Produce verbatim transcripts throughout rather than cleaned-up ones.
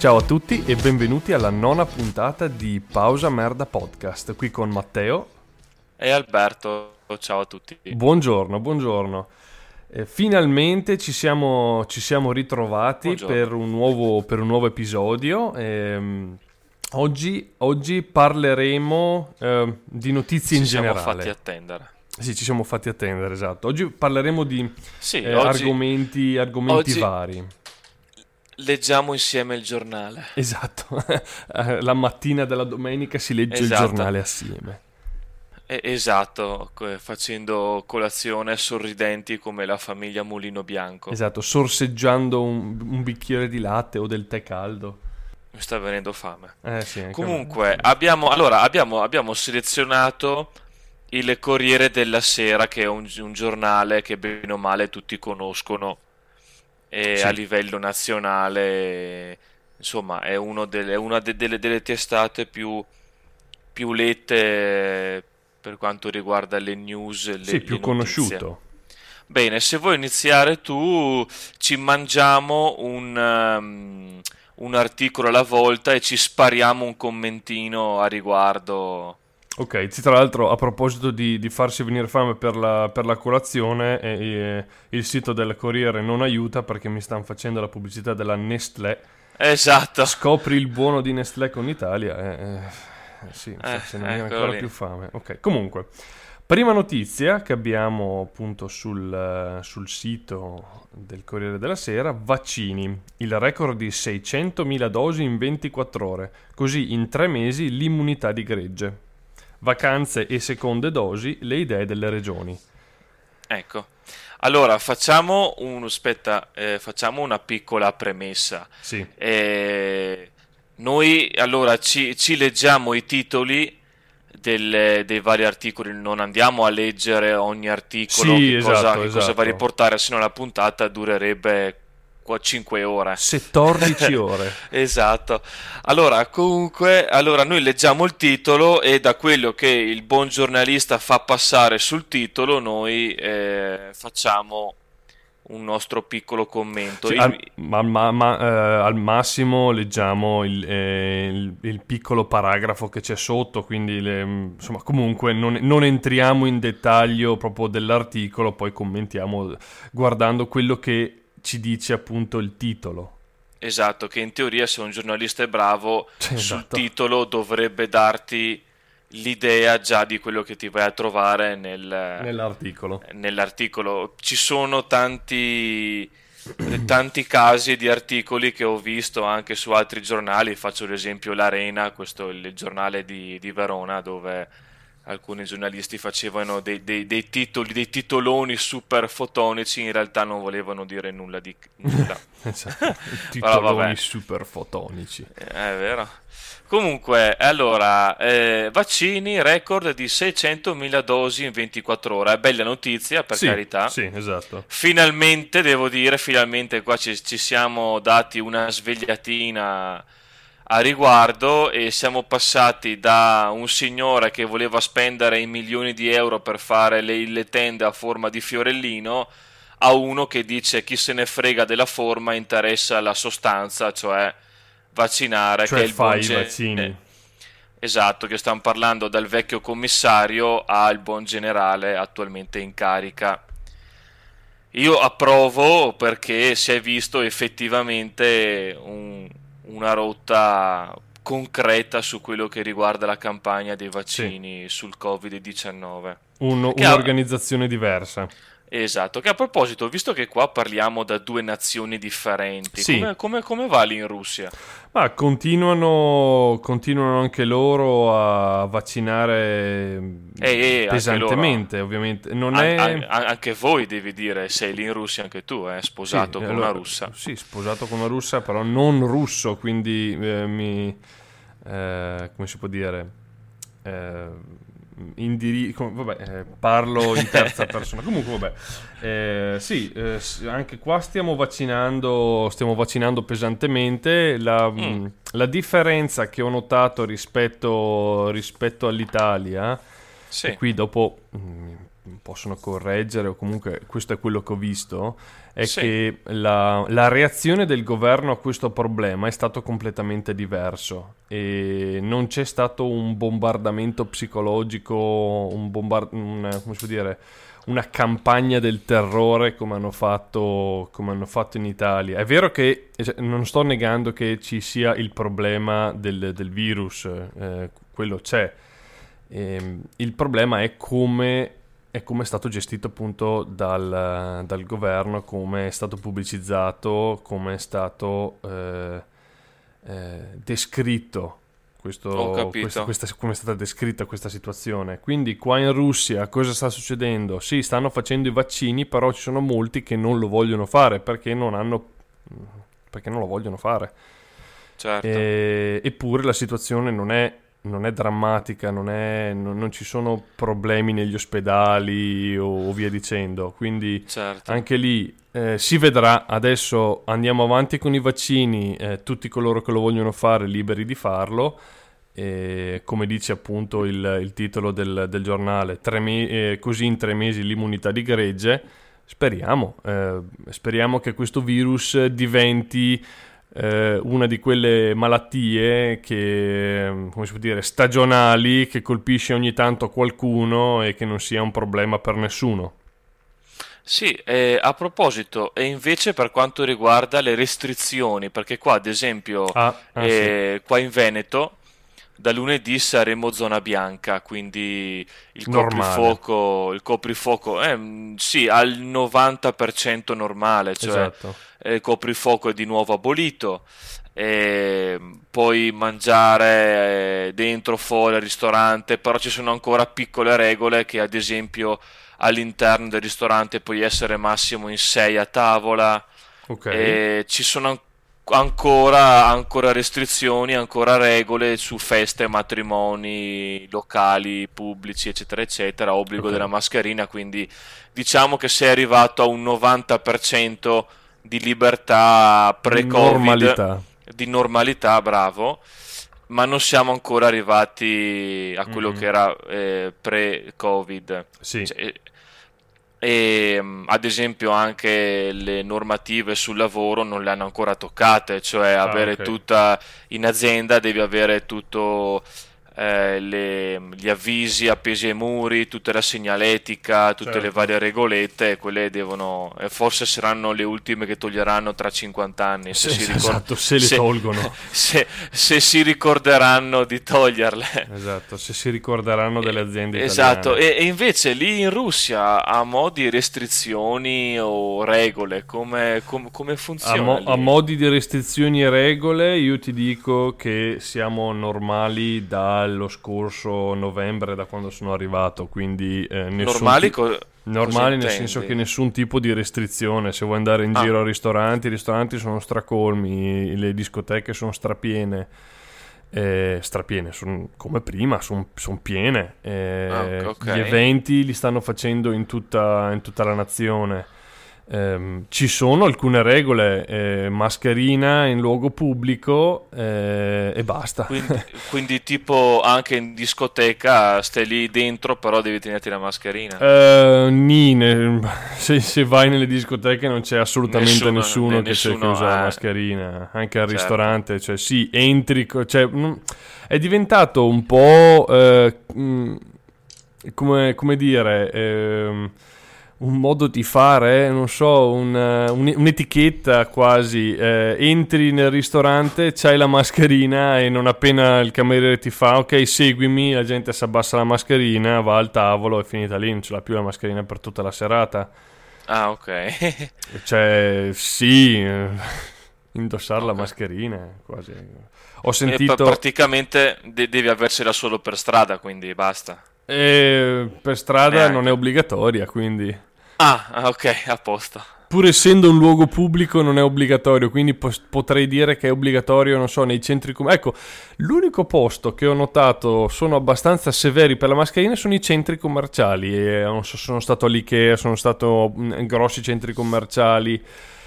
Ciao a tutti e benvenuti alla nona puntata di Pausa Merda Podcast, qui con Matteo e Alberto. Ciao a tutti. Buongiorno, buongiorno. Eh, finalmente ci siamo, ci siamo ritrovati Buongiorno. per un nuovo, per un nuovo episodio. Ehm, oggi, oggi parleremo eh, di notizie Ci in siamo generale. fatti attendere. Sì, ci siamo fatti attendere, esatto. Oggi parleremo di Sì, eh, oggi argomenti, argomenti oggi- vari. leggiamo insieme il giornale. Esatto, la mattina della domenica si legge Esatto. il giornale assieme. Eh, esatto, co- facendo colazione sorridenti come la famiglia Mulino Bianco. Esatto, sorseggiando un, un bicchiere di latte o del tè caldo. Mi sta venendo fame. Eh sì, anche a me. Comunque, abbiamo, allora, abbiamo, abbiamo selezionato il Corriere della Sera, che è un, un giornale che bene o male tutti conoscono e Sì. a livello nazionale, insomma, è, uno delle, è una de- delle, delle testate più, più lette per quanto riguarda le news, le, Sì, più le notizie. conosciuto. Bene, se vuoi iniziare tu, ci mangiamo un, um, un articolo alla volta e ci spariamo un commentino a riguardo. Ok, sì, tra l'altro a proposito di, di farsi venire fame per la, per la colazione, eh, eh, il sito del Corriere non aiuta perché mi stanno facendo la pubblicità della Nestlé. Esatto. Scopri il buono di Nestlé con l'Italia. Eh, eh, eh, sì, Eh, forse non viene eccolo ancora lì. più fame. Ok, comunque, prima notizia che abbiamo appunto sul, eh, sul sito del Corriere della Sera: vaccini, il record di seicentomila dosi in ventiquattro ore, così in tre mesi l'immunità di gregge. Vacanze e seconde dosi, le idee delle regioni. Ecco. Allora, facciamo un, aspetta, eh, facciamo una piccola premessa. Sì, Eh, noi allora ci, ci leggiamo i titoli delle- dei vari articoli, non andiamo a leggere ogni articolo, sì, che cosa, esatto, che cosa va a esatto. riportare, se no la puntata durerebbe cinque ore. settordici ore. Esatto. Allora, comunque, allora noi leggiamo il titolo e da quello che il buon giornalista fa passare sul titolo, noi eh, facciamo un nostro piccolo commento. Sì, Il- al, ma, ma- ma, eh, al massimo leggiamo il, eh, il- il piccolo paragrafo che c'è sotto, quindi le- insomma comunque non, non entriamo in dettaglio proprio dell'articolo, poi commentiamo guardando quello che ci dice appunto il titolo. Esatto, che in teoria se un giornalista è bravo, Sì, sul esatto. titolo dovrebbe darti l'idea già di quello che ti vai a trovare nel, Nell'articolo. nell'articolo. Ci sono tanti, tanti casi di articoli che ho visto anche su altri giornali, faccio l'esempio l'Arena, questo è il giornale di, di Verona, dove alcuni giornalisti facevano dei, dei- dei titoli, dei titoloni super fotonici, in realtà non volevano dire nulla di nulla. Esatto. Però vabbè. Titoloni super fotonici. Eh, È vero. Comunque, allora, eh, vaccini, record di seicentomila dosi in ventiquattro ore. È bella notizia, per Sì, carità. sì, esatto. Finalmente, devo dire, finalmente qua ci, ci siamo dati una svegliatina a riguardo e siamo passati da un signore che voleva spendere i milioni di euro per fare le, le tende a forma di fiorellino a uno che dice chi se ne frega della forma, interessa la sostanza, cioè vaccinare, Cioè che è il buon fai i ge- vaccini. Esatto, che stiamo parlando dal vecchio commissario al buon generale attualmente in carica. Io approvo perché si è visto effettivamente un- una rotta concreta su quello che riguarda la campagna dei Sì, vaccini sul covid diciannove. Un- Che ha- un'organizzazione diversa. Esatto, che a proposito, visto che qua parliamo da due nazioni differenti, Sì, come, come- come va lì in Russia? ma continuano, continuano anche loro a vaccinare Eh, eh, anche loro, pesantemente, ovviamente. Non an- è... an- anche voi devi dire, sei lì in Russia anche tu, eh, Sì, sposato con una allora, russa. sì, sposato con una russa, però non russo, quindi eh, mi... eh, come si può dire? Eh, indiri- com- vabbè, eh, parlo in terza persona. Comunque, vabbè, eh, sì, eh, s- anche qua stiamo vaccinando, stiamo vaccinando pesantemente. La, Mm, mh, la differenza che ho notato rispetto, rispetto all'Italia, e sì, qui dopo mh, possono correggere, o comunque questo è quello che ho visto, è Sì. che la, la reazione del governo a questo problema è stato completamente diverso e non c'è stato un bombardamento psicologico, un bombard- un, come si può dire, una campagna del terrore come hanno fatto, come hanno fatto in Italia. È vero che cioè, non sto negando che ci sia il problema del, del virus, eh, quello c'è. E, il problema è come è come è stato gestito appunto dal, dal governo, come è stato pubblicizzato, come è stato eh, eh, descritto questo, Ho questa, capito. questa, come è stata descritta questa situazione. Quindi qua in Russia cosa sta succedendo? Sì, stanno facendo i vaccini, però ci sono molti che non lo vogliono fare perché non hanno perché non lo vogliono fare. Certo, E, eppure la situazione non è, non è drammatica, non, è, non, non ci sono problemi negli ospedali o, o via dicendo. Quindi certo. anche lì eh, si vedrà. Adesso andiamo avanti con i vaccini, eh, tutti coloro che lo vogliono fare liberi di farlo. E come dice appunto il, il titolo del, del giornale, tre me- eh, così in tre mesi l'immunità di gregge. Speriamo, eh, speriamo che questo virus diventi eh, una di quelle malattie che, come si può dire, stagionali, che colpisce ogni tanto qualcuno e che non sia un problema per nessuno. Sì, eh, a proposito, e invece per quanto riguarda le restrizioni, perché qua ad esempio, Ah, ah sì, eh, qua in Veneto, da lunedì saremo zona bianca, quindi il normale, coprifuoco, il coprifuoco, eh, mm, sì, al novanta per cento normale, cioè esatto. eh, il coprifuoco è di nuovo abolito, e puoi mangiare eh, dentro, fuori al ristorante, però ci sono ancora piccole regole che ad esempio all'interno del ristorante puoi essere massimo in sei a tavola, Ok, e ci sono an- ancora, ancora restrizioni, ancora regole su feste, matrimoni, locali pubblici, eccetera, eccetera, obbligo ok. della mascherina, quindi diciamo che sei arrivato a un novanta per cento di libertà Di pre-Covid, normalità. di normalità, bravo, ma non siamo ancora arrivati a quello che Mhm. era eh, pre-Covid. Sì. Cioè, e mh, ad esempio anche le normative sul lavoro non le hanno ancora toccate, cioè Ah, avere ok. tutta in azienda devi avere tutto eh, le- gli avvisi appesi ai muri, tutta la segnaletica, tutte le Certo. varie regolette, e quelle devono, e forse saranno le ultime che toglieranno tra cinquanta anni, se Se- si ricor- esatto, se le se, tolgono. se- se si ricorderanno di toglierle. Esatto, se si ricorderanno delle Eh, aziende Esatto, italiane. e, e invece lì in Russia ha modi, restrizioni o regole, come, com- come A, funziona mo- a lì? modi di restrizioni e regole, io ti dico che siamo normali dallo scorso novembre, da quando sono arrivato, quindi eh, nessun Normali ti- co- cosa normali nel senso che intendi? nessun tipo di restrizione. Se vuoi andare in Ah, giro a ristoranti, i ristoranti sono stracolmi, le discoteche sono strapiene. Eh, strapiene, son- come prima, sono piene. ah, ok. Eh, Ok. gli eventi li stanno facendo in tutta, in tutta la nazione. Ehm, ci sono alcune regole, eh, mascherina in luogo pubblico eh, e basta. Quindi, quindi tipo anche in discoteca stai lì dentro, però devi tenerti la mascherina. Eh, nì, ne- se, se vai nelle discoteche non c'è assolutamente Nessuno, ne- nessuno che, c'è- che nessuno, usa la eh, mascherina, anche al certo. ristorante, cioè sì, entri, co- cioè, non- è diventato un po' eh, mh, come, come dire, ehm, un modo di fare, non so, un, eh, un- un'etichetta quasi. Eh, entri nel ristorante, c'hai la mascherina e non appena il cameriere ti fa ok, seguimi, la gente si abbassa la mascherina, va al tavolo, è finita lì, non ce l'ha più la mascherina per tutta la serata. Ah, ok. Cioè, sì, eh, indossare la Ok. mascherina, quasi. Ho E pa- sentito. praticamente de- devi aversela solo per strada, quindi basta. Eh, per strada non è Neanche. obbligatoria, quindi. Ah, ah, ok, a posto. Pur essendo un luogo pubblico non è obbligatorio, quindi pos- potrei dire che è obbligatorio, non so, nei centri commerciali. Ecco, l'unico posto che ho notato sono abbastanza severi per la mascherina sono i centri commerciali. E, non so, sono stato all'Ikea, sono stato in grossi centri commerciali.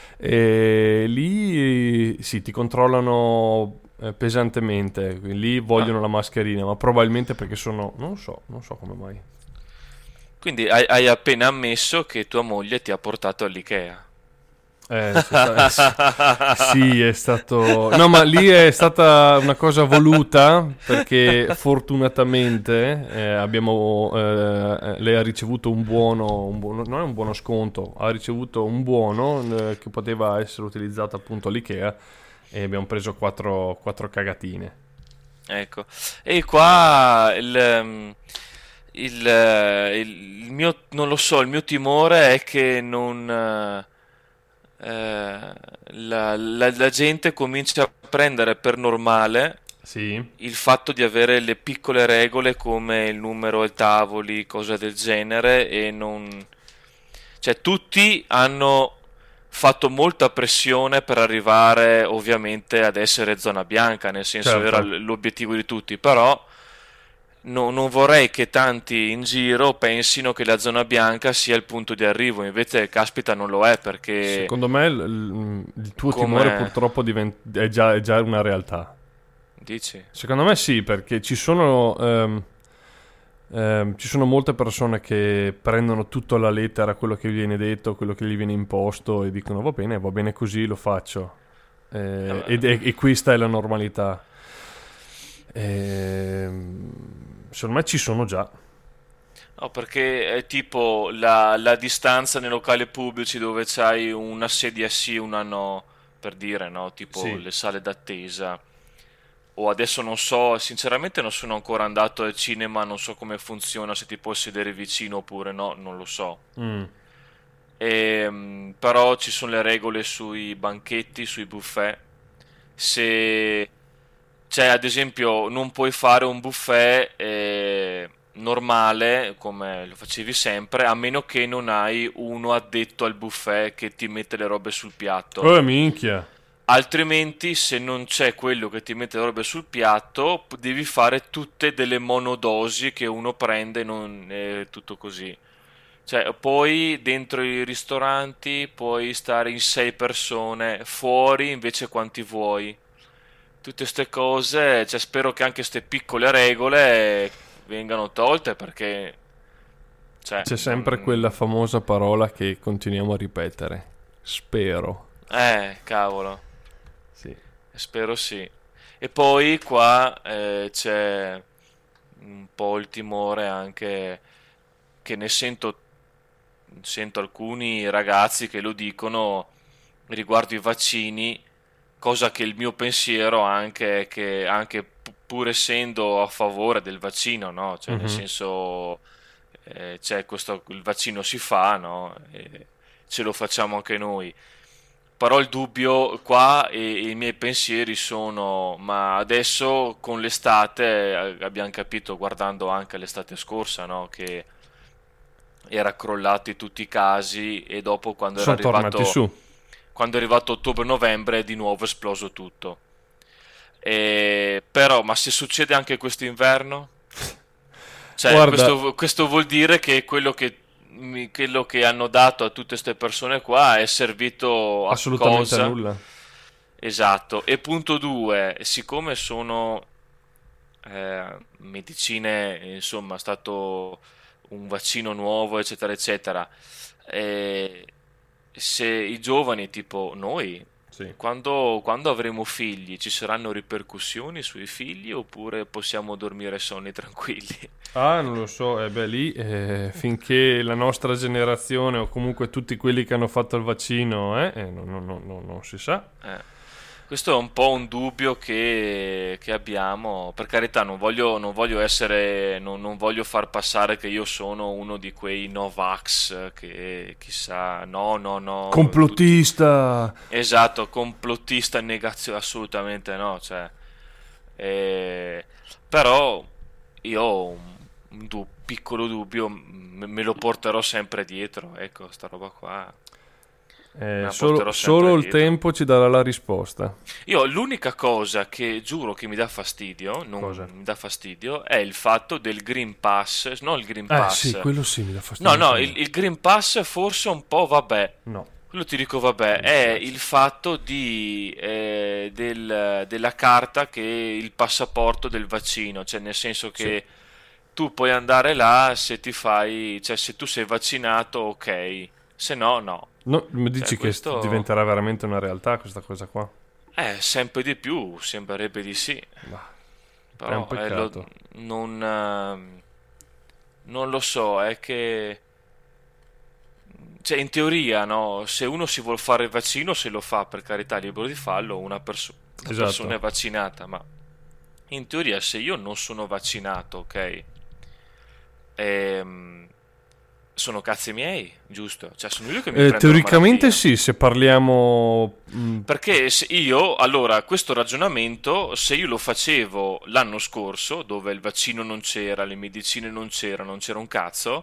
E lì sì, ti controllano eh, pesantemente. Lì Ah. vogliono la mascherina, ma probabilmente perché sono. Non so, non so come mai. Quindi hai, hai appena ammesso che tua moglie ti ha portato all'Ikea. Eh, sì, sta- sì, sì, è stato... No, ma lì è stata una cosa voluta perché fortunatamente eh, abbiamo... eh, lei ha ricevuto un buono, un buono, non è un buono sconto, ha ricevuto un buono eh, che poteva essere utilizzato appunto all'Ikea e abbiamo preso quattro, quattro cagatine. Ecco, e qua il, ehm, il, eh, il- il mio, non lo so, il mio timore è che non, eh, eh, la, la- la gente comincia a prendere per normale Sì, il fatto di avere le piccole regole come il numero ai tavoli, cose del genere, e non... Cioè, tutti hanno fatto molta pressione per arrivare ovviamente ad essere zona bianca, nel senso era certo. l- l'obiettivo di tutti, però no- non vorrei che tanti in giro pensino che la zona bianca sia il punto di arrivo, invece caspita non lo è perché Secondo me il, il- il tuo timore come purtroppo divent- è già, è già una realtà. dici? Secondo me sì, perché ci sono, ehm, ehm, ci sono molte persone che prendono tutto alla lettera quello che gli viene detto, quello che gli viene imposto e dicono va bene, va bene così, lo faccio. Eh, Eh, ed ma- è- e questa è la normalità. Ehm, secondo me ci sono già. No, perché è tipo la, la distanza nei locali pubblici dove c'hai una sedia sì, una no, per dire, no? Tipo Sì. le sale d'attesa. O adesso non so, sinceramente non sono ancora andato al cinema, non so come funziona, se ti puoi sedere vicino oppure no, non lo so. Mm. Ehm, però ci sono le regole sui banchetti, sui buffet. Se, cioè, ad esempio, non puoi fare un buffet eh, normale come lo facevi sempre, a meno che non hai uno addetto al buffet che ti mette le robe sul piatto. Oh, minchia. Altrimenti, se non c'è quello che ti mette le robe sul piatto, p- devi fare tutte delle monodosi che uno prende, non è tutto così. Cioè, poi dentro i ristoranti puoi stare in sei persone, fuori invece quanti vuoi. Tutte queste cose, cioè, spero che anche queste piccole regole vengano tolte perché, cioè, C'è sempre quella non... famosa parola che continuiamo a ripetere. Spero. Eh, cavolo. Sì. Spero sì. E poi qua eh, c'è un po' il timore anche che ne sento, sento alcuni ragazzi che lo dicono riguardo i vaccini, cosa che il mio pensiero anche è che anche pu- pur essendo a favore del vaccino, no? Cioè nel Mhm. senso eh, c'è questo, il vaccino si fa, no? E ce lo facciamo anche noi. Però il dubbio qua e, e i miei pensieri sono, ma adesso con l'estate eh, abbiamo capito, guardando anche l'estate scorsa, no, che era crollati tutti i casi e dopo quando era Sono tornati arrivato, su. quando è arrivato ottobre-novembre è di nuovo esploso tutto. E, però, ma se succede anche quest'inverno? Cioè, Guarda, questo, questo vuol dire che quello che, mi- quello che hanno dato a tutte queste persone qua è servito a assolutamente a cosa? nulla. Esatto. E punto due, siccome sono eh, medicine, insomma, è stato un vaccino nuovo, eccetera, eccetera, eh, se i giovani, tipo noi, Sì. quando, quando avremo figli, ci saranno ripercussioni sui figli oppure possiamo dormire sonni tranquilli? Ah, non lo so, eh beh, lì eh, finché la nostra generazione o comunque tutti quelli che hanno fatto il vaccino, eh, eh, non, non- non- non- non si sa. Eh, questo è un po' un dubbio che, che abbiamo. Per carità, non voglio, non voglio essere, non, non voglio far passare che io sono uno di quei Novax che chissà, no, no, no, tutti, Complottista! esatto, complottista, negazio, assolutamente no. Cioè, eh, però io ho un, un du- piccolo dubbio, me, me lo porterò sempre dietro. Ecco, sta roba qua me Eh, la solo, porterò sempre solo il dietro. tempo ci darà la risposta. Io l'unica cosa che giuro che mi dà fastidio, Cosa? non mi dà fastidio, è il fatto del Green Pass, no il Green Eh sì, Pass. quello sì mi dà No, fastidio no, anche a il, me. il Green Pass forse un po' vabbè. No, Quello ti dico vabbè, mi è dispiace. il fatto di, eh, del- della carta che è il passaporto del vaccino, cioè nel senso Sì. che tu puoi andare là se ti fai, cioè se tu sei vaccinato, ok, se no, no. No, mi dici Cioè, che questo diventerà veramente una realtà questa cosa qua? eh, sempre di più, sembrerebbe di sì, Bah, è un però eh, lo- peccato. non, ehm, non lo so, è che, cioè, in teoria, no, se uno si vuole fare il vaccino, se lo fa, per carità, è libero di farlo, una, perso- una persona Esatto. è vaccinata, ma in teoria se io non sono vaccinato, ok, ehm, sono cazzi miei, giusto? Cioè, sono io che mi Eh, prendo la teoricamente malattia. sì, se parliamo... mh, Perché se io, allora, questo ragionamento, se io lo facevo l'anno scorso, dove il vaccino non c'era, le medicine non c'erano, non c'era un cazzo,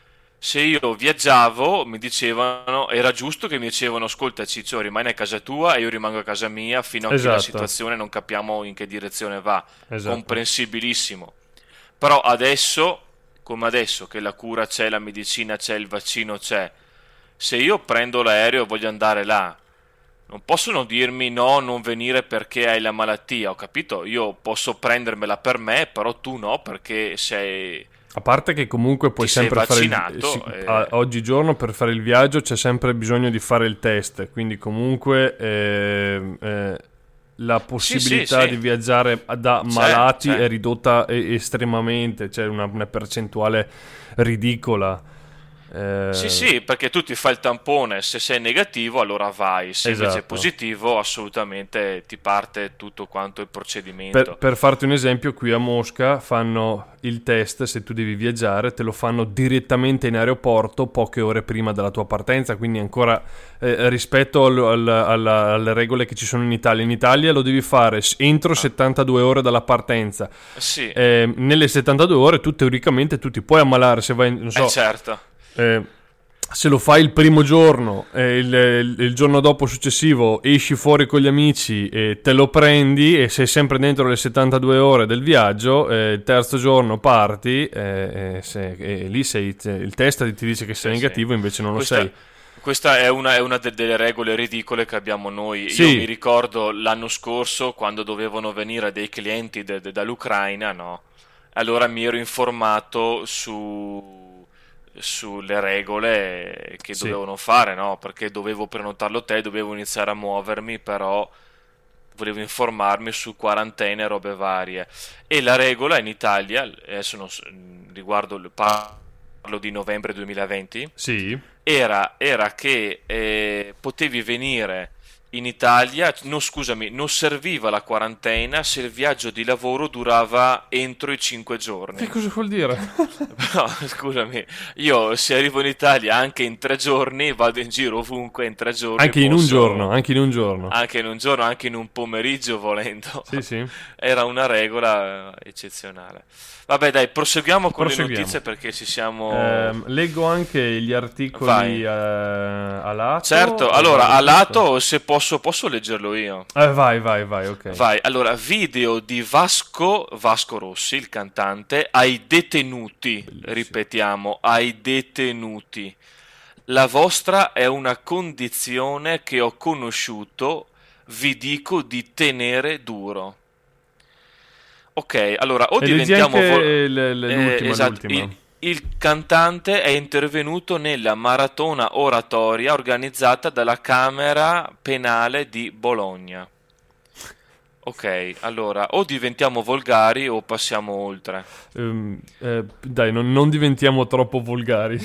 se io viaggiavo mi dicevano, era giusto che mi dicevano, ascolta Ciccio, rimani a casa tua e io rimango a casa mia fino a che la esatto, situazione non capiamo in che direzione va. esatto. Comprensibilissimo. Però adesso, come adesso, che la cura c'è, la medicina c'è, il vaccino c'è, se io prendo l'aereo e voglio andare là, non possono dirmi no, non venire perché hai la malattia, ho capito? Io posso prendermela per me, però tu no perché sei, A parte che comunque puoi ti sei sempre fare il... sì, vaccinato. a- E... oggigiorno per fare il viaggio c'è sempre bisogno di fare il test, quindi comunque ehm, eh, la Sì, sì, possibilità di sì, viaggiare da c'è, malati c'è. è ridotta e- estremamente, c'è una, una percentuale ridicola. Sì, Eh, sì, perché tu ti fai il tampone, se sei negativo allora vai, se invece è esatto. positivo assolutamente ti parte tutto quanto il Per, procedimento. per farti un esempio, qui a Mosca fanno il test, se tu devi viaggiare, te lo fanno direttamente in aeroporto poche ore prima della tua partenza, quindi ancora eh, rispetto al- al- alla- alle regole che ci sono in Italia. In Italia lo devi fare s- entro Ah, settantadue ore dalla partenza. sì, Eh, nelle settantadue ore tu teoricamente tu ti puoi ammalare se vai, non è so, certo. eh, se lo fai il primo giorno e il, il- il giorno dopo successivo esci fuori con gli amici e te lo prendi e sei sempre dentro le settantadue ore del viaggio, eh, il terzo giorno parti eh, e se- e lì sei, te- il test ti dice che sei Sì, sì. negativo, invece non lo Questa, sei. questa è una, è una de- delle regole ridicole che abbiamo noi. Io mi Sì, ricordo l'anno scorso quando dovevano venire dei clienti de- de- dall'Ucraina, no? Allora mi ero informato su, sulle regole che sì. dovevano fare, no? Perché dovevo prenotare l'hotel, dovevo iniziare a muovermi, però volevo informarmi su quarantene e robe varie. E la regola in Italia, adesso non so- riguardo, parlo di novembre duemilaventi, Sì. era, era che eh, potevi venire in Italia, no scusami, non serviva la quarantena se il viaggio di lavoro durava entro i cinque Che giorni. cosa vuol dire? Però, scusami, io se arrivo in Italia anche in tre giorni, vado in giro ovunque in tre giorni, Anche in un giorno, posso, anche in un giorno. anche in un giorno, anche in un pomeriggio volendo. Sì, sì. Era una regola eh, eccezionale. Vabbè, dai, proseguiamo con le Proseguiamo. notizie perché ci siamo... Ehm, leggo anche gli articoli Vai. eh, a lato Certo, o allora, vado a tutto? lato, se posso, posso leggerlo io. Eh, vai, vai, vai, ok. Vai, allora, video di Vasco, Vasco Rossi, il cantante, ai detenuti, Bellissimo. ripetiamo, ai detenuti. La vostra è una condizione che ho conosciuto, vi dico di tenere duro. Ok, allora, o E leggi diventiamo... vol- anche l- l- eh, l'ultima, esatto, l'ultima. il, il cantante è intervenuto nella maratona oratoria organizzata dalla Camera Penale di Bologna. Ok, allora, o diventiamo volgari o passiamo oltre. Ehm, eh, dai, non, non diventiamo troppo volgari.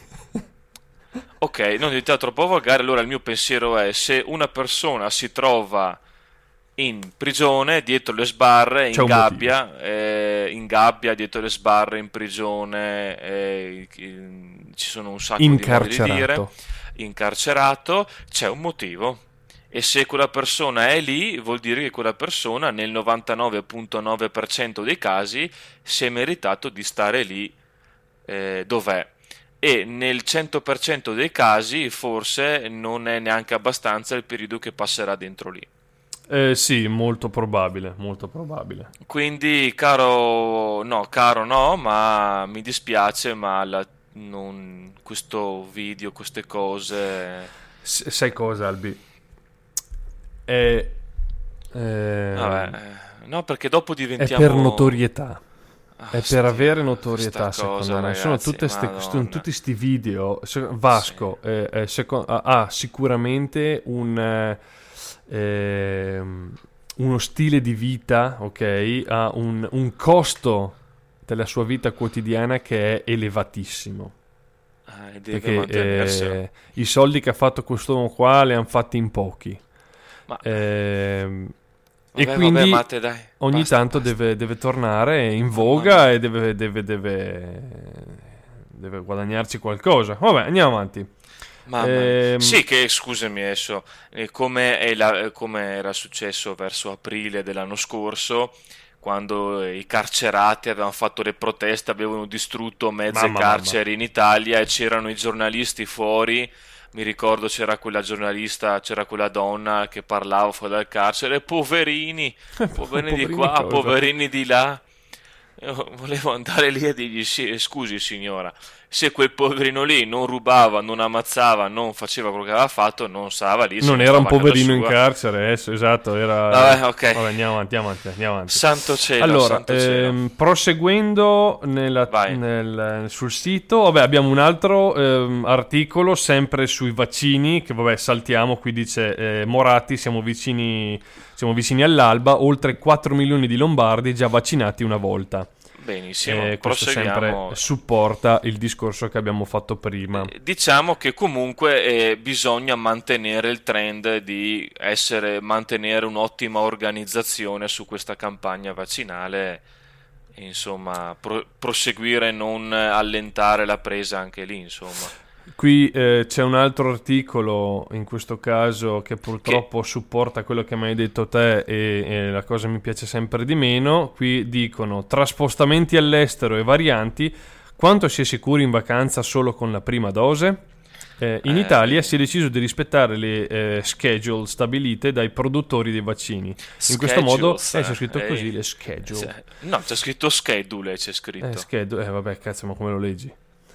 Ok, non diventiamo troppo volgari, allora il mio pensiero è se una persona si trova in prigione, dietro le sbarre, C'è in un motivo. gabbia, eh, in gabbia, dietro le sbarre, in prigione, eh, ci sono un sacco di modi di dire, Incarcerato. incarcerato, c'è un motivo. E se quella persona è lì, vuol dire che quella persona nel novantanove virgola nove per cento dei casi si è meritato di stare lì eh, dov'è. E nel cento per cento dei casi forse non è neanche abbastanza il periodo che passerà dentro lì. Eh, sì, molto probabile, molto probabile. Quindi, caro, no, caro no, ma mi dispiace, ma la- non- questo video, queste cose, S- sai cosa, Albi? È, vabbè, ehm, eh, no, perché dopo è per diventiamo, notorietà. è per sti, avere notorietà, secondo cosa, me. Ragazzi, sono, tutte ste, sono tutti sti video. Vasco sì. eh, eh, seco- ha sicuramente un, eh, uno stile di vita, ok? Ha un, un costo della sua vita quotidiana che è elevatissimo. Ah, e deve perché eh, i soldi che ha fatto quest'uomo qua li hanno fatti in pochi. Ma... Eh, Vabbè, e quindi vabbè, Matte, dai, ogni basta, tanto basta. Deve, deve tornare in voga e deve, deve, deve, deve guadagnarci qualcosa. Vabbè, andiamo avanti. Ehm... Sì, che scusami adesso, eh, come, è la, come era successo verso aprile dell'anno scorso, quando i carcerati avevano fatto le proteste, avevano distrutto mezze mamma, carceri mamma. in Italia e c'erano i giornalisti fuori. Mi ricordo c'era quella giornalista, c'era quella donna che parlava fuori dal carcere, poverini, poverini di qua, cosa? poverini di là. Io volevo andare lì a dirgli, sì, scusi signora, se quel poverino lì non rubava, non ammazzava, non faceva quello che aveva fatto, non stava lì. Non era un poverino in carcere, adesso, esatto, era... Vabbè, ok. Vabbè, andiamo avanti, andiamo avanti, andiamo avanti. Santo cielo, allora, santo ehm, cielo. proseguendo nella, nel, sul sito, vabbè, abbiamo un altro ehm, articolo sempre sui vaccini, che vabbè, saltiamo, qui dice eh, Moratti, siamo vicini... Siamo vicini all'alba, oltre quattro milioni di lombardi già vaccinati una volta. Benissimo, eh, questo sempre supporta il discorso che abbiamo fatto prima. Eh, diciamo che comunque eh, bisogna mantenere il trend di essere, mantenere un'ottima organizzazione su questa campagna vaccinale, e, insomma, pro- proseguire e non allentare la presa anche lì, insomma. Qui eh, c'è un altro articolo, in questo caso, che purtroppo che... supporta quello che mi hai detto te e, e la cosa mi piace sempre di meno. Qui dicono, tra spostamenti all'estero e varianti, quanto si è sicuri in vacanza solo con la prima dose? Eh, in eh, Italia si è deciso di rispettare le eh, schedule stabilite dai produttori dei vaccini. In Schedules, questo modo eh, c'è scritto eh, così, le schedule. No, c'è scritto schedule, c'è scritto. Eh, schedule, eh vabbè, cazzo, ma come lo leggi?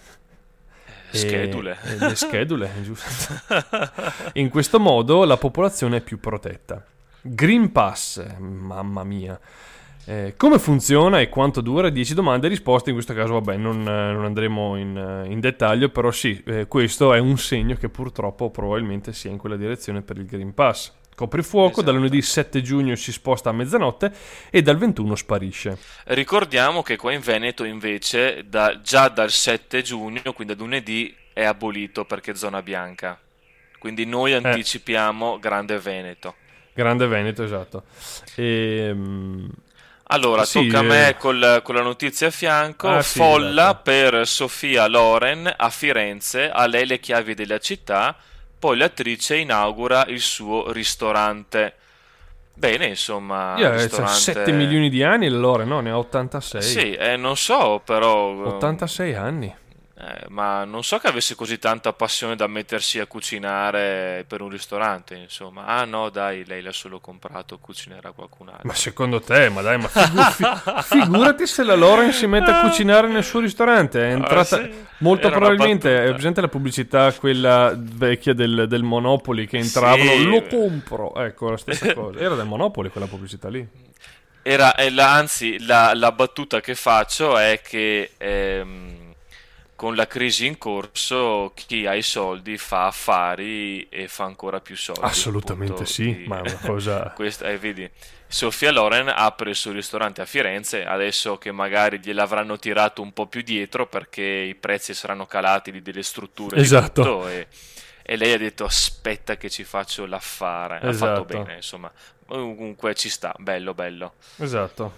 Schedule. E, e le schedule, giusto. In questo modo la popolazione è più protetta. Green Pass, mamma mia. Eh, come funziona e quanto dura? dieci domande e risposte. In questo caso, vabbè, non, non andremo in, in dettaglio, però sì, eh, questo è un segno che purtroppo probabilmente sia in quella direzione per il Green Pass. Coprifuoco, esatto. Dal lunedì sette giugno si sposta a mezzanotte e dal ventuno sparisce. Ricordiamo che qua in Veneto invece da, già dal sette giugno, quindi da lunedì, è abolito perché è zona bianca. Quindi noi anticipiamo eh. Grande Veneto. Grande Veneto, esatto. E, um... Allora, sì, tocca a me eh... col, con la notizia a fianco. Ah, folla sì, esatto. Per Sofia Loren a Firenze, a lei le chiavi della città. Poi l'attrice inaugura il suo ristorante. Bene, insomma, yeah, ristorante... sette milioni di anni allora, no? Ne ha ottantasei. Sì, eh, non so, però... ottantasei anni. Eh, ma non so che avesse così tanta passione da mettersi a cucinare per un ristorante, insomma. Ah no, dai, lei l'ha solo comprato, cucinerà qualcun altro. Ma secondo te, ma dai, ma figu- fi- figurati se la Lauren si mette a cucinare nel suo ristorante. È entrata ah, sì. molto Era probabilmente, è presente la pubblicità, quella vecchia del, del Monopoli, che entravano, sì. Lo compro. Ecco, la stessa cosa. Era del Monopoli quella pubblicità lì. Era, la, anzi, la, la battuta che faccio è che... Ehm, con la crisi in corso, chi ha i soldi fa affari e fa ancora più soldi. Assolutamente sì, di... ma una cosa... Questa, eh, vedi, Sofia Loren apre il suo ristorante a Firenze, adesso che magari gliel'avranno tirato un po' più dietro perché i prezzi saranno calati di delle strutture. Esatto. Di tutto, e, e lei ha detto aspetta che ci faccio l'affare. Esatto. Ha fatto bene, insomma. Comunque ci sta, bello, bello. Esatto.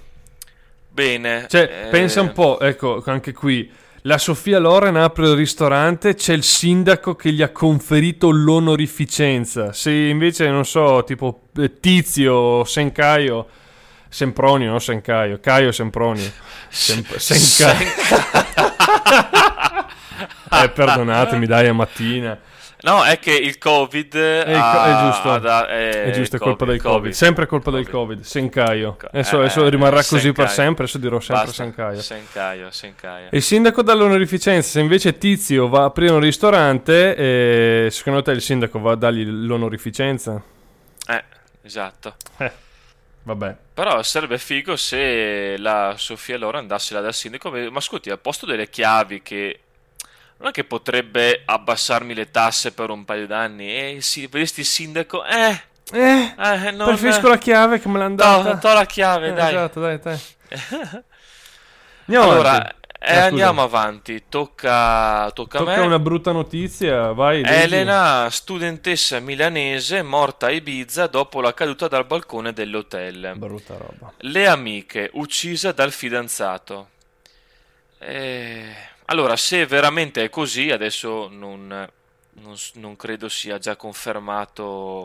Bene. Cioè, eh... pensa un po', ecco, anche qui... La Sofia Loren apre il ristorante, c'è il sindaco che gli ha conferito l'onorificenza. Se invece, non so, tipo Tizio, Sencaio, Sempronio, no Sencaio, Caio Sempronio, Sem- Sencaio. eh, perdonatemi, dai, a mattina. No, è che il Covid è, ha, è giusto, ha, è, è giusto, è COVID, colpa del COVID. COVID, sempre colpa COVID. del Covid. Sencaio. Adesso, Eh, adesso rimarrà così Sencaio. per sempre. Adesso dirò sempre Basta. Sencaio. Sencaio, Sencaio. Il sindaco dà l'onorificenza. Se invece Tizio va a aprire un ristorante, eh, secondo te il sindaco va a dargli l'onorificenza? Eh, esatto. Eh. Vabbè. Però sarebbe figo se la Sofia Loren andasse là dal sindaco. Ma scusi, al posto delle chiavi, che non è che potrebbe abbassarmi le tasse per un paio d'anni? E sì, vedesti il sindaco? Eh, Eh, eh non... preferisco la chiave che me l'ha To, data. to la chiave, Eh, dai. Esatto, dai, dai. Andiamo Allora, avanti. eh, Ah, scusa. andiamo avanti. Tocca, tocca a Tocca me. una brutta notizia, vai. leggi. Elena, studentessa milanese, morta a Ibiza dopo la caduta dal balcone dell'hotel. Brutta roba. Le amiche, uccisa dal fidanzato. Eh, Allora, se veramente è così, adesso non, non s- non credo sia già confermato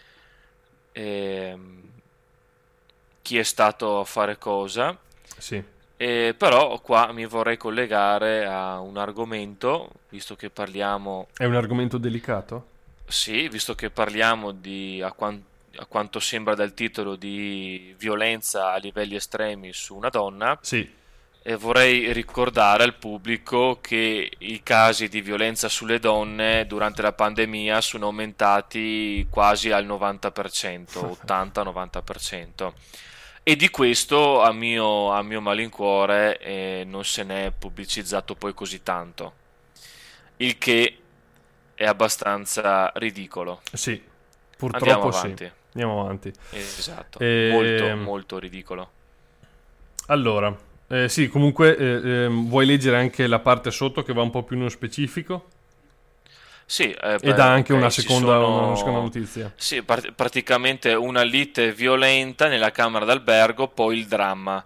ehm, chi è stato a fare cosa. Sì, Eh, però qua mi vorrei collegare a un argomento, visto che parliamo, è un argomento delicato? sì, visto che parliamo di, a, quan- a quanto sembra dal titolo, di violenza a livelli estremi su una donna, Sì. e vorrei ricordare al pubblico che i casi di violenza sulle donne durante la pandemia sono aumentati quasi al novanta per cento, ottanta-novanta per cento. E di questo, a mio, a mio malincuore, eh, non se n'è pubblicizzato poi così tanto, il che è abbastanza ridicolo. Sì, Andiamo purtroppo sì. avanti. Andiamo avanti. Esatto, Ehm, molto, molto ridicolo. Allora, eh, sì, comunque eh, ehm, vuoi leggere anche la parte sotto che va un po' più nello specifico? Sì, eh, E beh, dà anche ok, una ci seconda, sono- una seconda notizia. Sì, par- praticamente una lite violenta nella camera d'albergo, poi il dramma.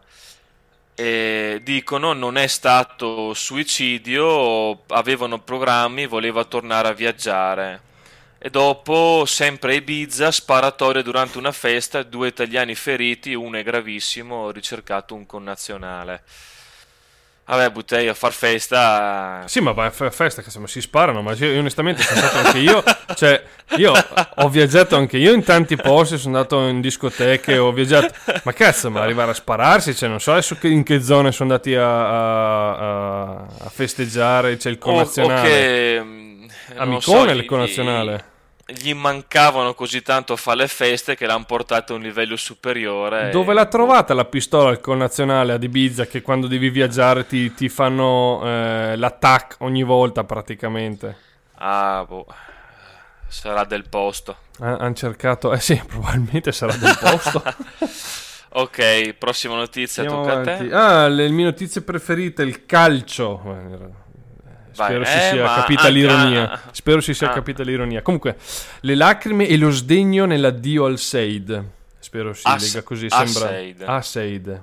E dicono non è stato suicidio, avevano programmi, voleva tornare a viaggiare. E dopo, sempre a Ibiza, sparatoria durante una festa, due italiani feriti, uno è gravissimo, ricercato un connazionale. Vabbè, buttei a far festa. Sì, ma vai a fe- festa che insomma, si sparano, ma io onestamente sono stato anche io, cioè io ho viaggiato anche io in tanti posti, sono andato in discoteche, ho viaggiato, ma cazzo, ma arrivare a spararsi, cioè non so adesso che- in che zone sono andati a, a- a- a festeggiare, c'è il O, o connazionale, che mm, a non Micone so, il gli, connazionale. gli mancavano così tanto a fare le feste che l'hanno portato a un livello superiore. Dove e- l'ha trovata la pistola al connazionale ad Ibiza che quando devi viaggiare ti, ti fanno eh, l'attack ogni volta praticamente? Ah, boh, sarà del posto. Hanno cercato, eh sì, probabilmente sarà del posto. Ok, prossima notizia, Andiamo tocca a avanti. te. Ah, le mie notizie preferite, il calcio. Eh, Spero Vai, si eh, sia ma capita anche- l'ironia. ah, Spero si sia ah. capita l'ironia. Comunque, le lacrime e lo sdegno nell'addio al Seid. Spero si As- lega così. a Sembra Seid. a Seid.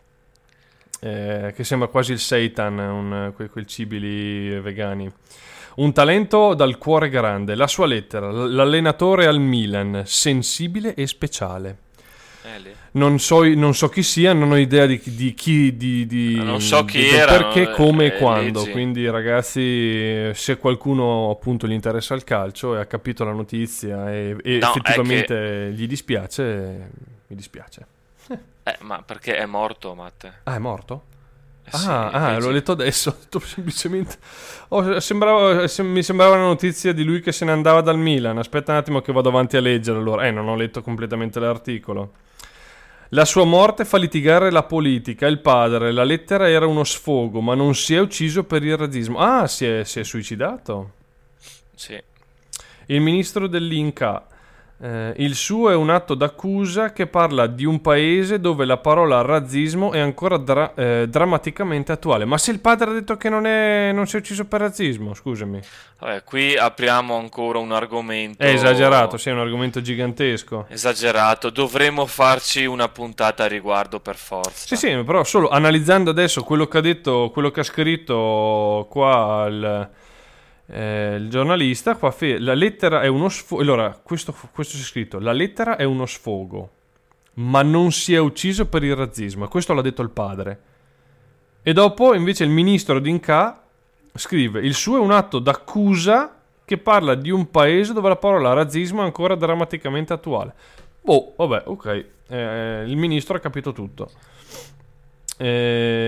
Eh, che sembra quasi il seitan, un, que- quel cibi lì vegani. Un talento dal cuore grande. La sua lettera. L- L'allenatore al Milan, sensibile e speciale. Eh, lì. Non so, non so chi sia, non ho idea di, di chi, di, di- Non so chi di- del era, perché, no? come Eh, e quando. leggi. Quindi, ragazzi, se qualcuno appunto gli interessa il calcio e ha capito la notizia e, e No, è effettivamente gli dispiace, mi dispiace. Eh, ma perché è morto, Matte? Ah, è morto? Eh sì, Ah, ah, leggi. l'ho letto adesso. Ho detto semplicemente. oh, sembrava- sem- mi sembrava una notizia di lui che se ne andava dal Milan. Aspetta un attimo che vado avanti a leggere allora. Eh, non ho letto completamente l'articolo. La sua morte fa litigare la politica, il padre. La lettera era uno sfogo, ma non si è ucciso per il razzismo. Ah, si è, si è suicidato. Sì. Il ministro dell'Inca. Eh, il suo è un atto d'accusa che parla di un paese dove la parola razzismo è ancora dra- eh, drammaticamente attuale. Ma se il padre ha detto che non, è, non si è ucciso per razzismo, scusami. Vabbè, qui apriamo ancora un argomento È esagerato, sì, è un argomento gigantesco. esagerato. Dovremmo farci una puntata a riguardo per forza. Sì, sì, però solo analizzando adesso quello che ha detto, quello che ha scritto qua il, eh, il giornalista, qua fe- la lettera è uno sfogo. Allora, questo, questo c'è scritto: la lettera è uno sfogo, ma non si è ucciso per il razzismo. Questo l'ha detto il padre. E dopo, invece, il ministro d'Inca scrive: il suo è un atto d'accusa che parla di un paese dove la parola razzismo è ancora drammaticamente attuale. Boh, vabbè, ok. Eh, il ministro ha capito tutto.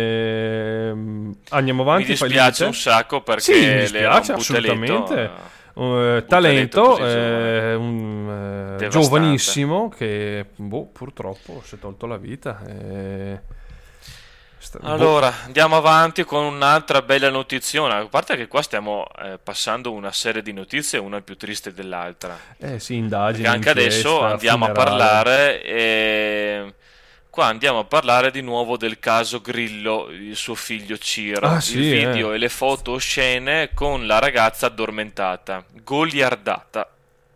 Ehm, andiamo avanti. Mi fai dispiace il un sacco perché Sì, mi le- era dispiace un butteletto. assolutamente. uh, talento, eh, un, uh, giovanissimo che boh, purtroppo si è tolto la vita. Eh, sta- Allora, boh. andiamo avanti con un'altra bella notiziona. A parte che qua stiamo eh, passando una serie di notizie, una più triste dell'altra. Eh sì, Perché indagine, anche adesso inchiesta, andiamo a funerale. parlare, eh, qua andiamo a parlare di nuovo del caso Grillo, il suo figlio Ah Ciro, il sì, eh. video e le foto oscene con la ragazza addormentata, goliardata.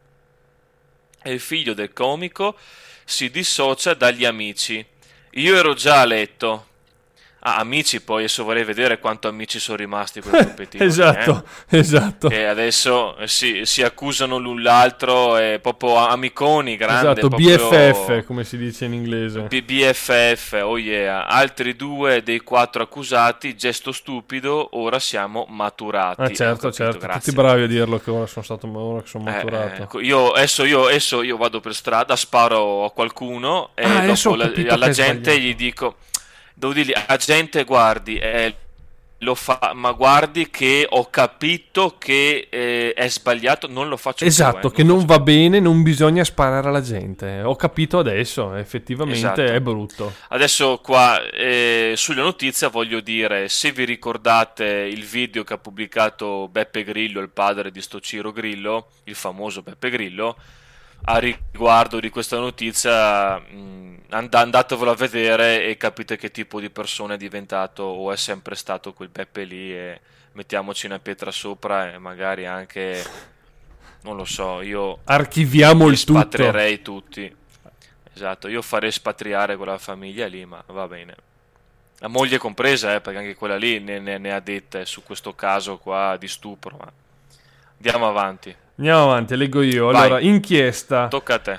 E il figlio del comico si dissocia dagli amici. Io ero già a letto. Ah, amici poi, adesso vorrei vedere quanto amici sono rimasti quel gruppetino lì, eh. Esatto, esatto. Che adesso eh, si, si accusano l'un l'altro, è proprio amiconi, grande, Esatto, B F F proprio come si dice in inglese. B- BFF, oh yeah. Altri due dei quattro accusati, gesto stupido, ora siamo Ah maturati. Eh, ho certo, capito, certo, tutti grazie. bravi a dirlo che ora sono stato ora che sono Eh, eh, maturato. ecco, io, adesso, io, adesso io vado per strada, sparo a qualcuno Ah, e adesso dopo ho la- capito alla che è gente gli sbagliato. dico, devo dirgli, a gente guardi, eh, lo fa, ma guardi che ho capito che eh, è sbagliato, non lo faccio più, eh, Esatto, non che lo non faccio va più. bene, non bisogna sparare alla gente. Ho capito adesso, effettivamente è Esatto. brutto. Adesso qua eh, sulla notizia voglio dire, se vi ricordate il video che ha pubblicato Beppe Grillo, il padre di sto Ciro Grillo, il famoso Beppe Grillo, a riguardo di questa notizia, mh, and- andatevelo a vedere e capite che tipo di persona è diventato o è sempre stato quel Beppe lì e mettiamoci una pietra sopra e magari anche, non lo so, io Archiviamo li il tutto. spatrierei tutti. Esatto, io farei spatriare quella famiglia lì, ma va bene. La moglie compresa, eh, perché anche quella lì ne, ne- ne ha dette su questo caso qua di stupro. Ma andiamo avanti. Andiamo avanti, leggo io. Vai, Allora, inchiesta. tocca a te.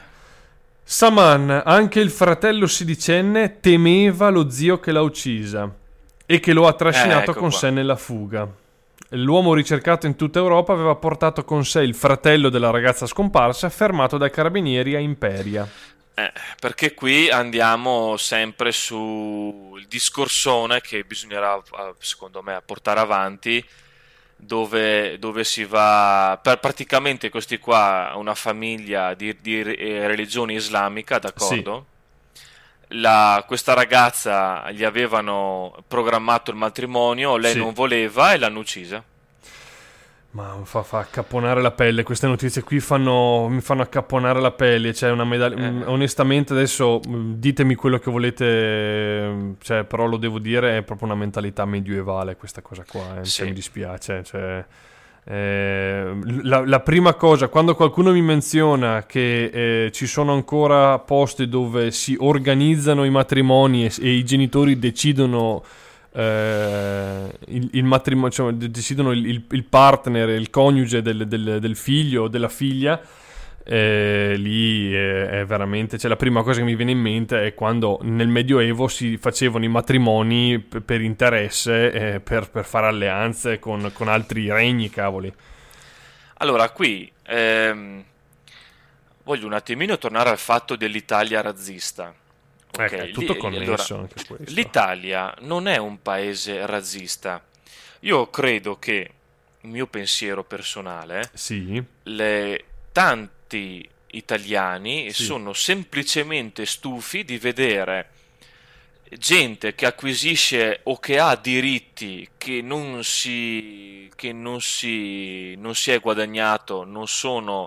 Saman, anche il fratello sedicenne temeva lo zio che l'ha uccisa e che lo ha Eh, trascinato ecco con qua. sé nella fuga. L'uomo ricercato in tutta Europa aveva portato con sé il fratello della ragazza scomparsa, fermato dai carabinieri a Imperia. Eh, perché qui andiamo sempre sul discorsone che bisognerà, eh, secondo me, portare avanti, dove, dove si va, per praticamente questi qua, una famiglia di, di eh, religione islamica, Sì, d'accordo? La- questa ragazza gli avevano programmato il matrimonio, lei sì. non voleva e l'hanno uccisa. Ma fa, fa accapponare la pelle, queste notizie qui fanno, mi fanno accapponare la pelle, cioè una medaglia, mm, Eh, onestamente adesso mm, ditemi quello che volete, mm, cioè, però lo devo dire, è proprio una mentalità medievale questa cosa qua, eh, cioè, sì. mi dispiace, cioè, eh, la, la prima cosa, quando qualcuno mi menziona che eh, ci sono ancora posti dove si organizzano i matrimoni e, e i genitori decidono eh, il, il matrimonio, cioè, de- decidono il, il- il partner, il coniuge del, del- del figlio o della figlia, eh, lì è, è veramente, cioè, la prima cosa che mi viene in mente è quando nel Medioevo si facevano i matrimoni p- per interesse, eh, per, per fare alleanze con, con altri regni, cavoli. Allora, qui ehm, voglio un attimino tornare al fatto dell'Italia razzista. Ok, Ecco, è tutto lì- allora, connesso anche questo. l'Italia non è un paese razzista. Io credo che, il mio pensiero personale, Sì, le, tanti italiani sì. sono semplicemente stufi di vedere gente che acquisisce o che ha diritti che non si, che non si, non si è guadagnato, non sono,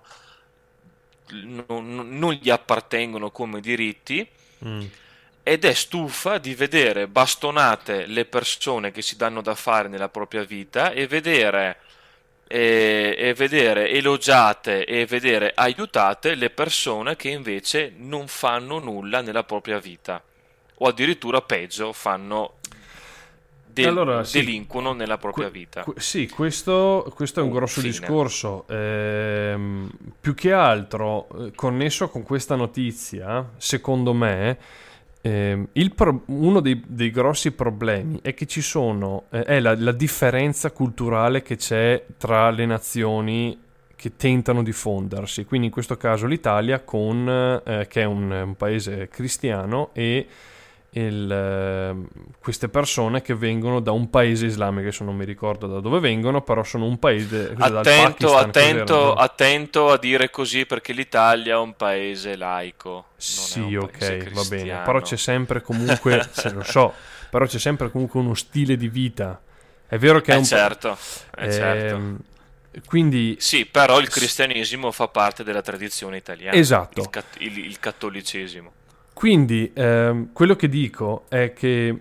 non, non gli appartengono come diritti Mm. ed è stufa di vedere bastonate le persone che si danno da fare nella propria vita e vedere, e, e vedere elogiate e vedere aiutate le persone che invece non fanno nulla nella propria vita o addirittura peggio fanno del- Allora, sì, delinquono nella propria que- vita. que- sì, questo, questo è un Punto, grosso fine. discorso. Ehm, più che altro, eh, connesso con questa notizia, secondo me, ehm, il pro- uno dei, dei grossi problemi è che ci sono, eh, è la, la differenza culturale che c'è tra le nazioni che tentano di fondersi. Quindi in questo caso l'Italia, con, eh, che è un, un paese cristiano, e il, eh, queste persone che vengono da un paese islamico, adesso non mi ricordo da dove vengono, però sono un paese attento, dal Pakistan, attento, attento a dire così, perché l'Italia è un paese laico, non sì, è un ok, paese va bene, cristiano. però c'è sempre comunque se lo so, però c'è sempre comunque uno stile di vita. È vero che è eh un certo, eh, eh, certo. Quindi sì, però il cristianesimo fa parte della tradizione italiana, esatto, il, cat- il, il cattolicesimo. Quindi ehm, quello che dico è che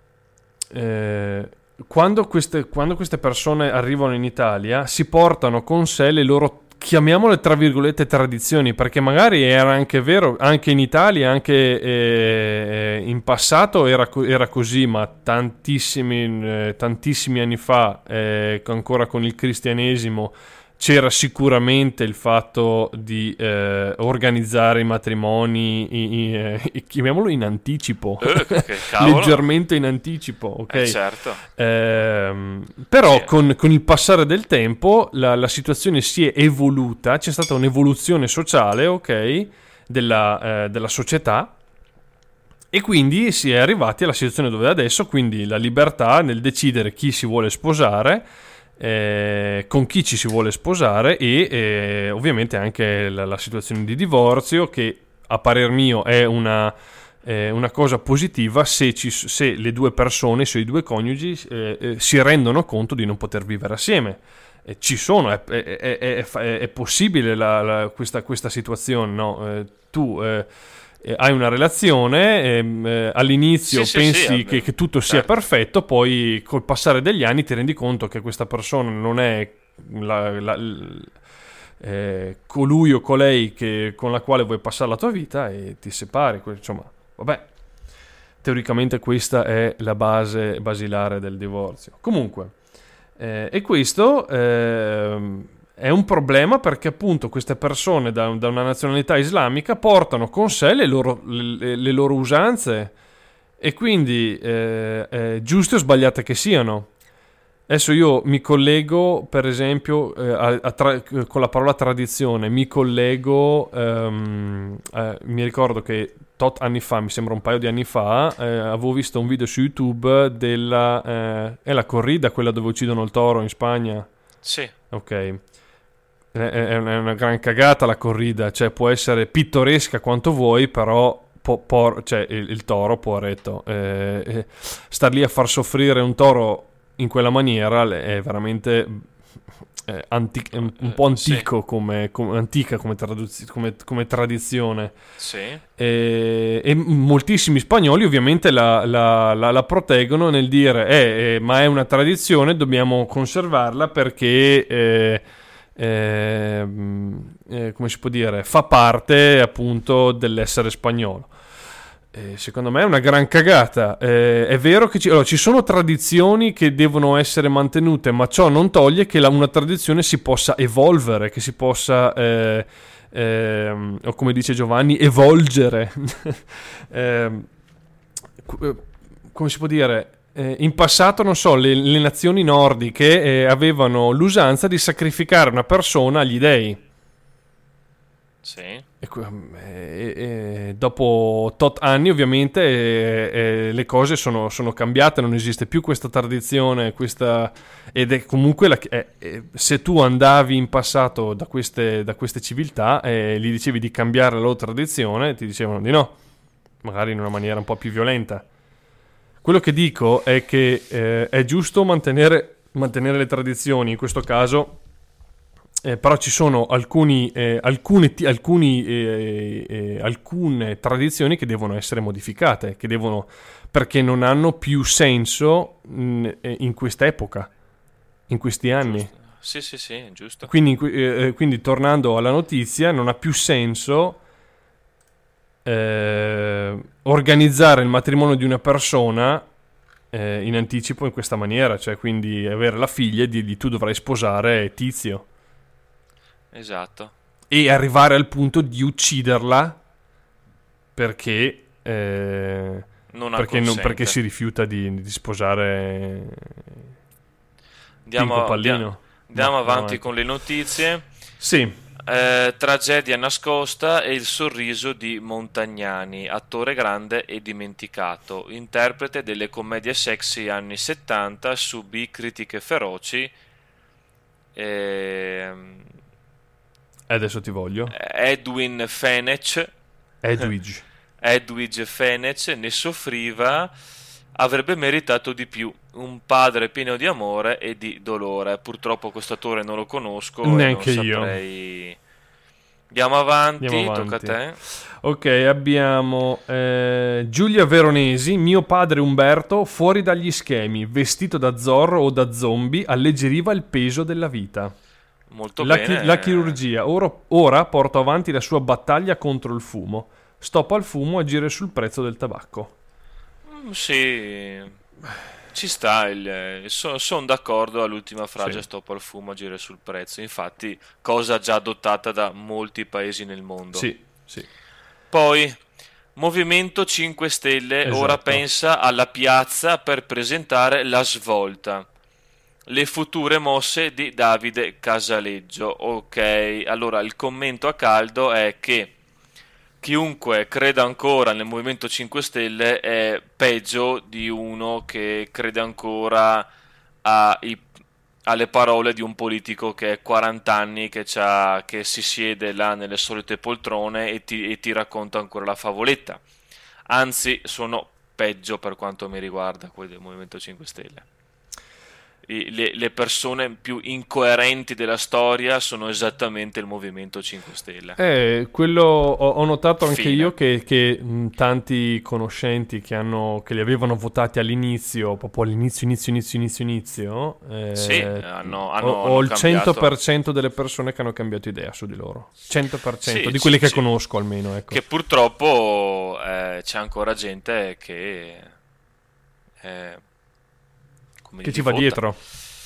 eh, quando, queste, quando queste persone arrivano in Italia si portano con sé le loro, chiamiamole tra virgolette, tradizioni, perché magari era anche vero, anche in Italia, anche eh, in passato era, era così, ma tantissimi, eh, tantissimi anni fa, eh, ancora con il cristianesimo, c'era sicuramente il fatto di eh, organizzare i matrimoni, i, i, eh, chiamiamolo in anticipo, eh, che leggermente in anticipo, ok? Eh, certo. Eh, però sì. con, con il passare del tempo la, la situazione si è evoluta, c'è stata un'evoluzione sociale, ok, della, eh, della società, e quindi si è arrivati alla situazione dove è adesso, quindi la libertà nel decidere chi si vuole sposare, Eh, con chi ci si vuole sposare e eh, ovviamente anche la, la situazione di divorzio, che a parer mio è una, eh, una cosa positiva se, ci, se le due persone, se i due coniugi eh, eh, si rendono conto di non poter vivere assieme. Eh, ci sono, è, è, è, è, è possibile la, la, questa, questa situazione, no? Eh, tu eh, hai una relazione, ehm, eh, all'inizio sì, pensi sì, sì, che, che tutto sia certo. perfetto, poi col passare degli anni ti rendi conto che questa persona non è la, la, l, eh, colui o colei che, con la quale vuoi passare la tua vita, e ti separi. Insomma, vabbè, teoricamente questa è la base basilare del divorzio. Comunque, eh, e questo... Eh, è un problema perché appunto queste persone da, da una nazionalità islamica portano con sé le loro, le, le loro usanze, e quindi eh, eh, giuste o sbagliate che siano. Adesso io mi collego per esempio eh, a, a tra, con la parola tradizione, mi collego, ehm, eh, mi ricordo che tot anni fa, mi sembra un paio di anni fa, eh, avevo visto un video su YouTube della eh, è la corrida, quella dove uccidono il toro in Spagna. Sì. Ok. È una gran cagata la corrida, cioè può essere pittoresca quanto vuoi, però po- por- cioè, il, il toro, poveretto, eh, eh, star lì a far soffrire un toro in quella maniera è veramente eh, anti- un, un po' antico, sì. come, come antica come, traduz- come, come tradizione. Sì. E, e moltissimi spagnoli ovviamente la, la, la, la proteggono nel dire eh, eh, ma è una tradizione, dobbiamo conservarla perché eh, Eh, eh, come si può dire, fa parte appunto dell'essere spagnolo. Eh, secondo me è una gran cagata. Eh, è vero che ci, allora, ci sono tradizioni che devono essere mantenute, ma ciò non toglie che la, una tradizione si possa evolvere, che si possa eh, eh, o come dice Giovanni, evolgere. eh, come si può dire? Eh, in passato, non so, le, le nazioni nordiche eh, avevano l'usanza di sacrificare una persona agli dei. Sì. E, e, e dopo tot anni, ovviamente, e, e le cose sono, sono cambiate, non esiste più questa tradizione, questa, ed è comunque la, eh, eh, se tu andavi in passato da queste, da queste civiltà e eh, gli dicevi di cambiare la loro tradizione, ti dicevano di no, magari in una maniera un po' più violenta. Quello che dico è che eh, è giusto mantenere, mantenere le tradizioni, in questo caso, eh, però ci sono alcuni, eh, alcune, alcuni, eh, eh, alcune tradizioni che devono essere modificate, che devono, perché non hanno più senso mh, in quest'epoca, in questi anni. Giusto. Sì, sì, sì, giusto. Quindi, eh, quindi tornando alla notizia, non ha più senso Eh, organizzare il matrimonio di una persona eh, in anticipo in questa maniera, cioè quindi avere la figlia e dirgli tu dovrai sposare Tizio, esatto, e arrivare al punto di ucciderla perché eh, non perché, non, perché si rifiuta di, di sposare andiamo, Pinco Pallino. andiamo, andiamo no, avanti avanti con le notizie. sì. eh, Tragedia nascosta e il sorriso di Montagnani, attore grande e dimenticato, interprete delle commedie sexy anni settanta, subì critiche feroci. ehm, E adesso ti voglio. Edwin Fenech Edwidge. Edwidge Fenech ne soffriva, avrebbe meritato di più, un padre pieno di amore e di dolore. Purtroppo questo attore non lo conosco Neanche e non io. saprei. Andiamo avanti, Andiamo avanti. Tocca a te. Ok, abbiamo eh, Giulia Veronesi, mio padre Umberto, fuori dagli schemi, vestito da Zorro o da zombie, alleggeriva il peso della vita. Molto La, bene. chi- la chirurgia, ora, ora porta avanti la sua battaglia contro il fumo. Stop al fumo, agire sul prezzo del tabacco. Mm, sì, ci sta. Il, sono d'accordo all'ultima frase, Sì. stop al fumo, agire sul prezzo. Infatti, cosa già adottata da molti paesi nel mondo. Sì, sì. Poi, Movimento cinque Stelle Esatto. ora pensa alla piazza per presentare la svolta. Le future mosse di Davide Casaleggio. Ok, allora il commento a caldo è che chiunque creda ancora nel Movimento cinque Stelle è peggio di uno che crede ancora ai- alle parole di un politico che è quaranta anni che, c'ha- che si siede là nelle solite poltrone e ti, e ti racconta ancora la favoletta. Anzi, sono peggio per quanto mi riguarda quelli del Movimento cinque Stelle. I- Le, le persone più incoerenti della storia sono esattamente il Movimento cinque Stelle. Eh, quello ho, ho notato anche Fine. io che, che, mh, tanti conoscenti che, hanno, che li avevano votati all'inizio, proprio all'inizio, inizio, inizio, inizio, inizio, eh, Sì, hanno- hanno- ho, ho hanno il cambiato. cento per cento delle persone che hanno cambiato idea su di loro. cento per cento Sì, di quelli sì, che sì. conosco almeno, ecco. Che purtroppo eh, c'è ancora gente che, eh, come Che gli ci va vota. dietro.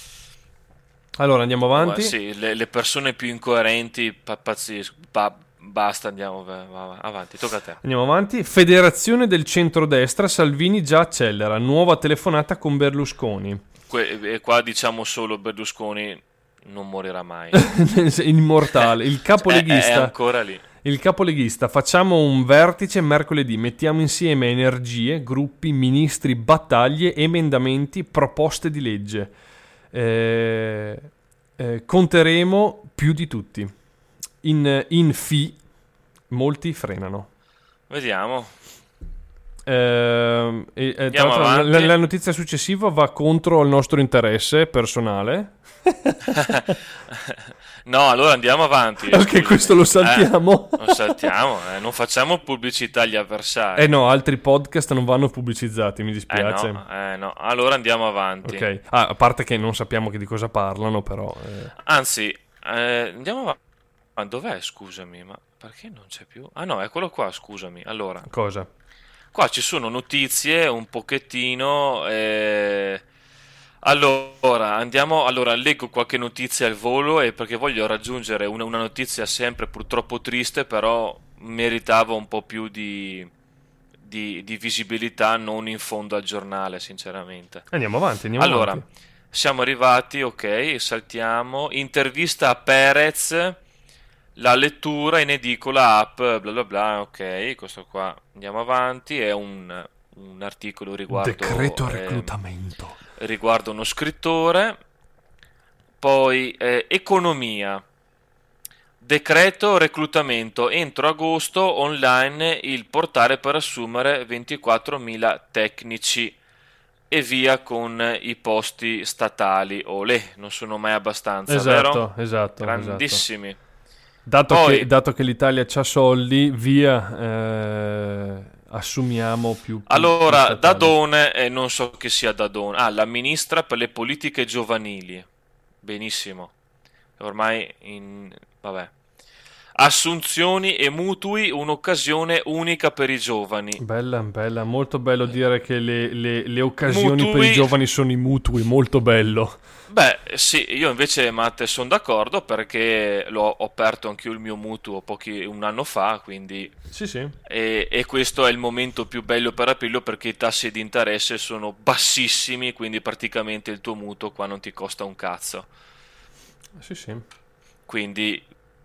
Allora andiamo Ma avanti. sì, le, le persone più incoerenti, pa- pazzesco. Ba- basta, andiamo va- va- avanti, tocca a te. Andiamo avanti. Federazione del centrodestra, Salvini già accelera. Nuova telefonata con Berlusconi. Que- e qua diciamo solo Berlusconi non morirà mai. Immortale. Il È, è capoleghista. ancora lì. Il capoleghista, facciamo un vertice mercoledì, mettiamo insieme energie, gruppi, ministri, battaglie, emendamenti, proposte di legge. Eh, eh, conteremo più di tutti. In, in fi, molti frenano. Vediamo. Eh, e, eh, tra Andiamo l'altro, la, avanti. la notizia successiva va contro il nostro interesse personale. No, allora andiamo avanti. Ok, scusami. questo lo saltiamo. Eh, lo saltiamo, eh, non facciamo pubblicità agli avversari. Eh no, altri podcast non vanno pubblicizzati, mi Eh dispiace. no, eh no. Allora andiamo avanti. Ok, ah, a parte che non sappiamo che di cosa parlano, però. eh. Anzi, eh, andiamo avanti. Ma dov'è, scusami? Ma perché non c'è più? Ah no, eccolo qua, scusami. Allora, Cosa? qua ci sono notizie un pochettino. eh, Allora, andiamo. Allora, leggo qualche notizia al volo e perché voglio raggiungere una, una notizia sempre purtroppo triste, però meritava un po' più di, di, di visibilità, non in fondo al giornale, sinceramente. Andiamo avanti, andiamo Allora, avanti. siamo arrivati, ok, saltiamo. Intervista a Perez, la lettura in edicola app, bla bla bla, ok, questo qua, andiamo avanti, è un, un articolo riguardo, Decreto eh, reclutamento. riguardo uno scrittore. Poi eh, economia, decreto reclutamento, entro agosto online il portale per assumere ventiquattromila tecnici. E via con i posti statali. Olè, non sono mai abbastanza, Esatto, vero? esatto, Grandissimi. Dato, Poi- che, dato che l'Italia c'ha soldi, via, eh, assumiamo più. più Allora, più statali. Dadone, eh, non so che sia Dadone. Ah, la ministra per le politiche giovanili. Benissimo. Ormai in... vabbè. Assunzioni e mutui, un'occasione unica per i giovani. Bella, bella, molto bello dire che le, le- le occasioni per Mutui- i giovani sono i mutui, molto bello. Beh, sì, io invece, Matte, sono d'accordo perché l'ho ho aperto anch'io il mio mutuo pochi, un anno fa, quindi Sì, sì. e, e questo è il momento più bello per aprirlo perché i tassi di interesse sono bassissimi, quindi praticamente il tuo mutuo qua non ti costa un cazzo. Sì, sì. Quindi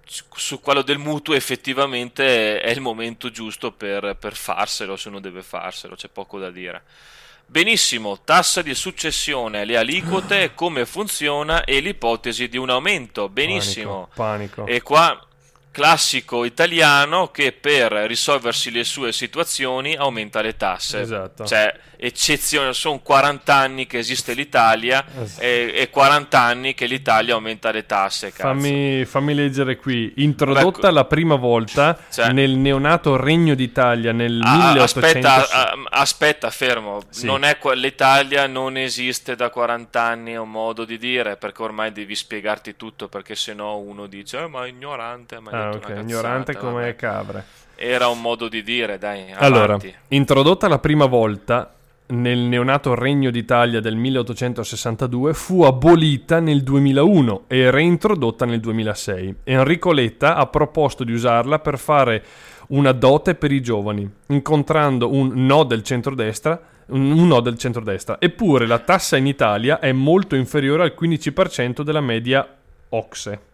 su quello del mutuo effettivamente è il momento giusto per, per farselo, se uno deve farselo, c'è poco da dire. Benissimo, tassa di successione, le aliquote, come funziona e l'ipotesi di un aumento. Benissimo. Panico, panico. E qua classico italiano che per risolversi le sue situazioni aumenta le tasse. Esatto. Cioè, eccezione, sono quaranta anni che esiste l'Italia e, e quaranta anni che l'Italia aumenta le tasse. Cazzo. Fammi, fammi leggere qui. Introdotta Beh, la prima volta cioè, nel neonato Regno d'Italia nel ah, milleottocento. Aspetta, aspetta, fermo. Sì. Non è, l'Italia non esiste da quaranta anni, è un modo di dire, perché ormai devi spiegarti tutto, perché sennò uno dice eh, ma ignorante, ma Ah, ok, ignorante come vabbè. Capre. Era un modo di dire, dai, avanti. Allora, introdotta la prima volta nel neonato Regno d'Italia del milleottocentosessantadue, fu abolita nel duemilauno e reintrodotta nel duemilasei. Enrico Letta ha proposto di usarla per fare una dote per i giovani, incontrando un no del centrodestra, un no del centrodestra. Eppure la tassa in Italia è molto inferiore al quindici per cento della media O C S E.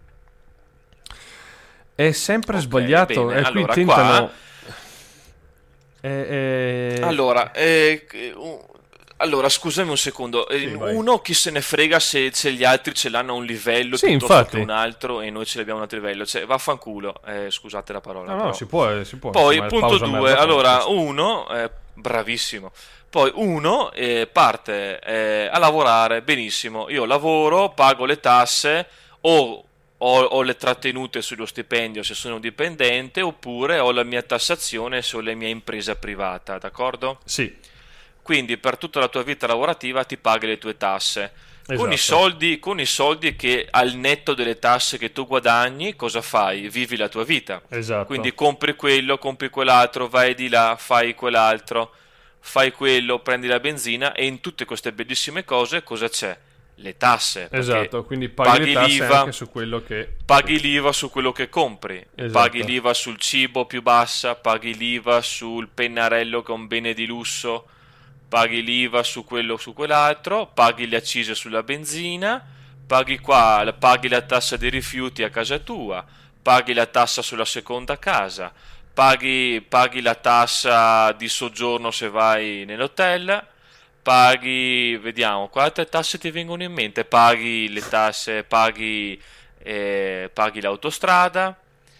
È sempre okay, sbagliato. Bene. E allora, qui tentano. Qua... Eh, eh... Allora, eh, allora, scusami un secondo. Sì, uno, chi se ne frega se, se gli altri ce l'hanno a un livello sì, piuttosto infatti. che un altro e noi ce l'abbiamo a un altro livello. Cioè, vaffanculo. Eh, scusate la parola. No, però. no, si può, si può. Poi, Ma punto pausa due. merda, Allora, questo. uno, eh, bravissimo. Poi uno eh, parte eh, a lavorare, benissimo. Io lavoro, pago le tasse o Ho, ho le trattenute sullo stipendio se sono dipendente, oppure ho la mia tassazione sulla mia impresa privata, d'accordo? Sì. Quindi per tutta la tua vita lavorativa ti paghi le tue tasse. Esatto. Con i soldi, con i soldi che al netto delle tasse che tu guadagni, cosa fai? Vivi la tua vita. Esatto. Quindi compri quello, compri quell'altro, vai di là, fai quell'altro, fai quello, prendi la benzina, e in tutte queste bellissime cose cosa c'è? Le tasse. Esatto, quindi paghi, paghi le tasse l'IVA, anche su quello che paghi l'IVA su quello che compri, esatto. Paghi l'IVA sul cibo più bassa, paghi l'IVA sul pennarello che è un bene di lusso, paghi l'IVA su quello su quell'altro, paghi le accise sulla benzina, paghi qua, paghi la tassa dei rifiuti a casa tua, paghi la tassa sulla seconda casa, paghi, paghi la tassa di soggiorno se vai nell'hotel, paghi, vediamo, quali altre tasse ti vengono in mente? Paghi le tasse, paghi, eh, paghi l'autostrada.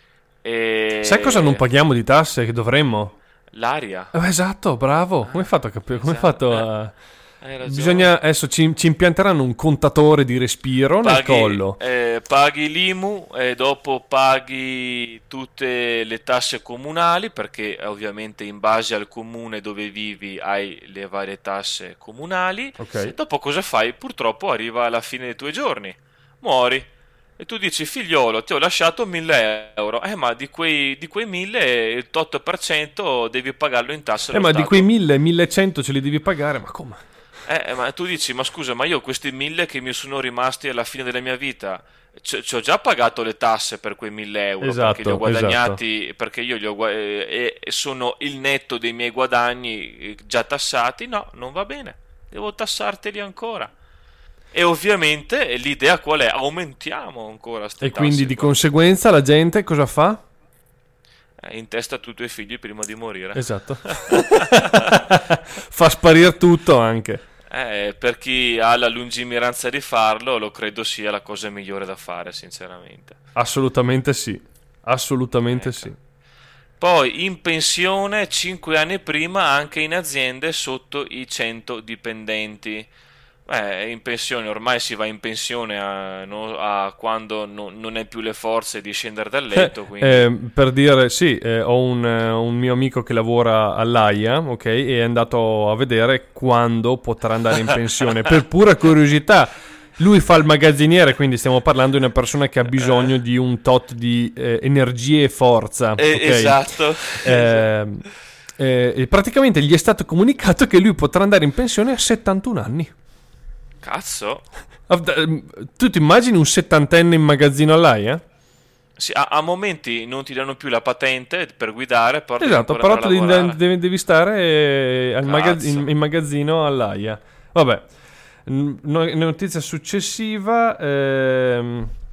E... Sai cosa non paghiamo di tasse che dovremmo? L'aria. Eh, esatto, bravo. Come hai fatto a capire? Come hai fatto a... Hai ragione. Bisogna, adesso ci, ci impianteranno un contatore di respiro paghi, nel collo. Eh, paghi l'I M U e dopo paghi tutte le tasse comunali, perché ovviamente in base al comune dove vivi hai le varie tasse comunali. Ok. Dopo cosa fai? Purtroppo arriva alla fine dei tuoi giorni, muori e tu dici figliolo ti ho lasciato mille euro, eh ma di quei, di quei mille il otto per cento devi pagarlo in tasse Eh allo ma Stato. di quei mille, millecento ce li devi pagare, ma come? Eh, ma tu dici, ma scusa, ma io questi mille che mi sono rimasti alla fine della mia vita, ci, ci ho già pagato le tasse per quei mille euro, Esatto, perché li ho guadagnati, esatto. perché io li ho gua- eh, e sono il netto dei miei guadagni eh, già tassati, no, non va bene, devo tassarteli ancora. E ovviamente l'idea qual è? Aumentiamo ancora ste E tasse quindi di qua. conseguenza la gente cosa fa? Eh, in testa a tutti i tuoi figli prima di morire. Esatto. Fa sparire tutto anche. Eh, per chi ha la lungimiranza di farlo, lo credo sia la cosa migliore da fare, sinceramente. Assolutamente sì. Assolutamente Ecco. sì. Poi in pensione cinque anni prima anche in aziende sotto i cento dipendenti. Eh, in pensione ormai si va in pensione a, no, a quando no, non hai più le forze di scendere dal letto. Quindi... Eh, per dire, sì, eh, ho un, eh, un mio amico che lavora all'AIA, ok, e è andato a vedere quando potrà andare in pensione. Per pura curiosità, lui fa il magazziniere, quindi stiamo parlando di una persona che ha bisogno di un tot di eh, energie e forza. Eh, okay? Esatto. Eh, eh, e praticamente gli è stato comunicato che lui potrà andare in pensione a settantuno anni. Cazzo. Tu ti immagini un settantenne in magazzino all'AIA? Sì, a, a momenti non ti danno più la patente per guidare, però devi Esatto, ancora però per tu lavorare. devi, devi stare eh, al Cazzo. magaz- in, in magazzino all'AIA. Vabbè, N- no- notizia successiva. ehm,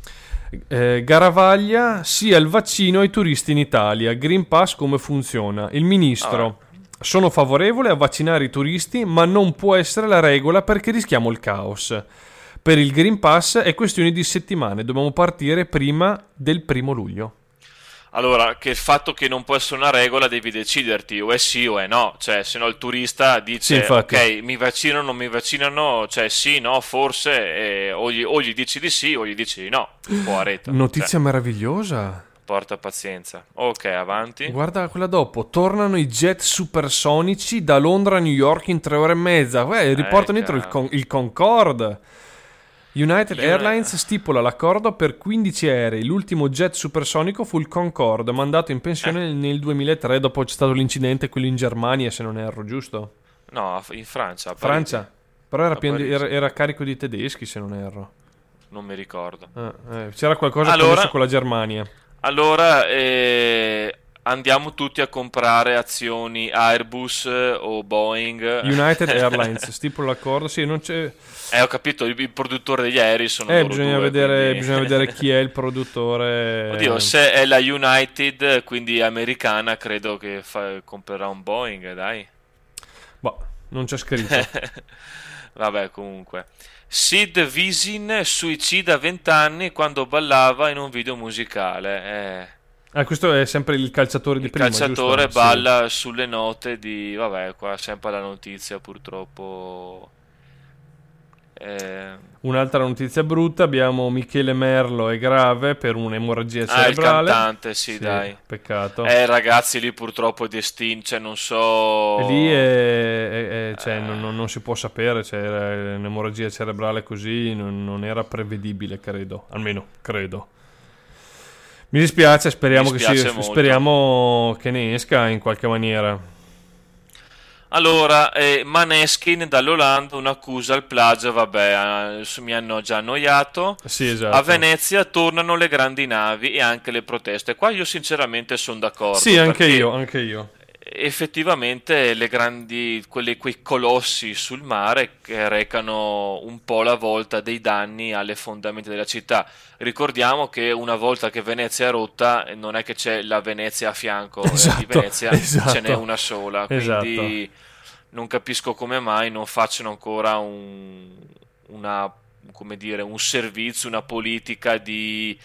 Eh, Garavaglia, sia il vaccino ai turisti in Italia. Green Pass come funziona? Il ministro: sono favorevole a vaccinare i turisti, ma non può essere la regola perché rischiamo il caos. Per il Green Pass è questione di settimane, dobbiamo partire prima del primo luglio. Allora, che il fatto che non può essere una regola devi deciderti, o è sì o è no, cioè se no il turista dice Sì, ok, mi vaccinano, non mi vaccinano, cioè sì, no, forse, e o, gli, o gli dici di sì o gli dici di no, un po' a retta. Notizia cioè, meravigliosa. porta pazienza. Ok, avanti. Guarda quella dopo. Tornano i jet supersonici da Londra a New York in tre ore e mezza. Eh, riportano dentro il, con- il Concorde. United Io- Airlines stipula l'accordo per quindici aerei. L'ultimo jet supersonico fu il Concorde, mandato in pensione Eh. nel duemilatré. Dopo c'è stato l'incidente, quello in Germania, se non erro, giusto? No, in Francia. a Parigi. Francia. Però era, A pieno di- Parigi. era, era carico di tedeschi, se non erro. Non mi ricordo. Eh, eh, c'era qualcosa Allora- connesso con la Germania. Allora, eh, andiamo tutti a comprare azioni Airbus eh, o Boeing. United Airlines stipula l'accordo. Sì, non c'è. Eh, ho capito, il, il produttore degli aerei sono Eh, loro bisogna, due, vedere, quindi- bisogna vedere chi è il produttore. Oddio, se è la United, quindi americana, credo che fa- comprerà un Boeing, dai. Boh, non c'è scritto. Vabbè, comunque. Sid Visin suicida a venti anni quando ballava in un video musicale. Eh, Ah, questo è sempre il calciatore di il prima, calciatore giusto? balla sulle note di... Vabbè, qua sempre la notizia purtroppo... Eh, Sì. Un'altra notizia brutta, abbiamo Michele Merlo, è grave per un'emorragia Ah, il cerebrale. cantante, sì, dai. Peccato. Eh, ragazzi, lì purtroppo è destino, cioè non so... E lì è, è- è- cioè, Eh. non, non- non si può sapere, cioè, era un'emorragia cerebrale così non, non era prevedibile, credo, almeno credo. Mi dispiace, speriamo, Mi che, si- dispiace molto. speriamo che ne esca in qualche maniera. Allora, eh, Maneskin dall'Olanda un'accusa al plagio, vabbè, eh, mi hanno già annoiato. Sì, esatto. A Venezia tornano le grandi navi e anche le proteste. Qua io sinceramente sono d'accordo. Sì, anche perché io, anche io. effettivamente le grandi, quelli, quei colossi sul mare che recano un po' la volta dei danni alle fondamenta della città. Ricordiamo che una volta che Venezia è rotta, eh, non è che c'è la Venezia a fianco, eh, di Esatto, Venezia esatto. ce n'è una sola, quindi Esatto. non capisco come mai non facciano ancora un, una, come dire, un servizio, una politica di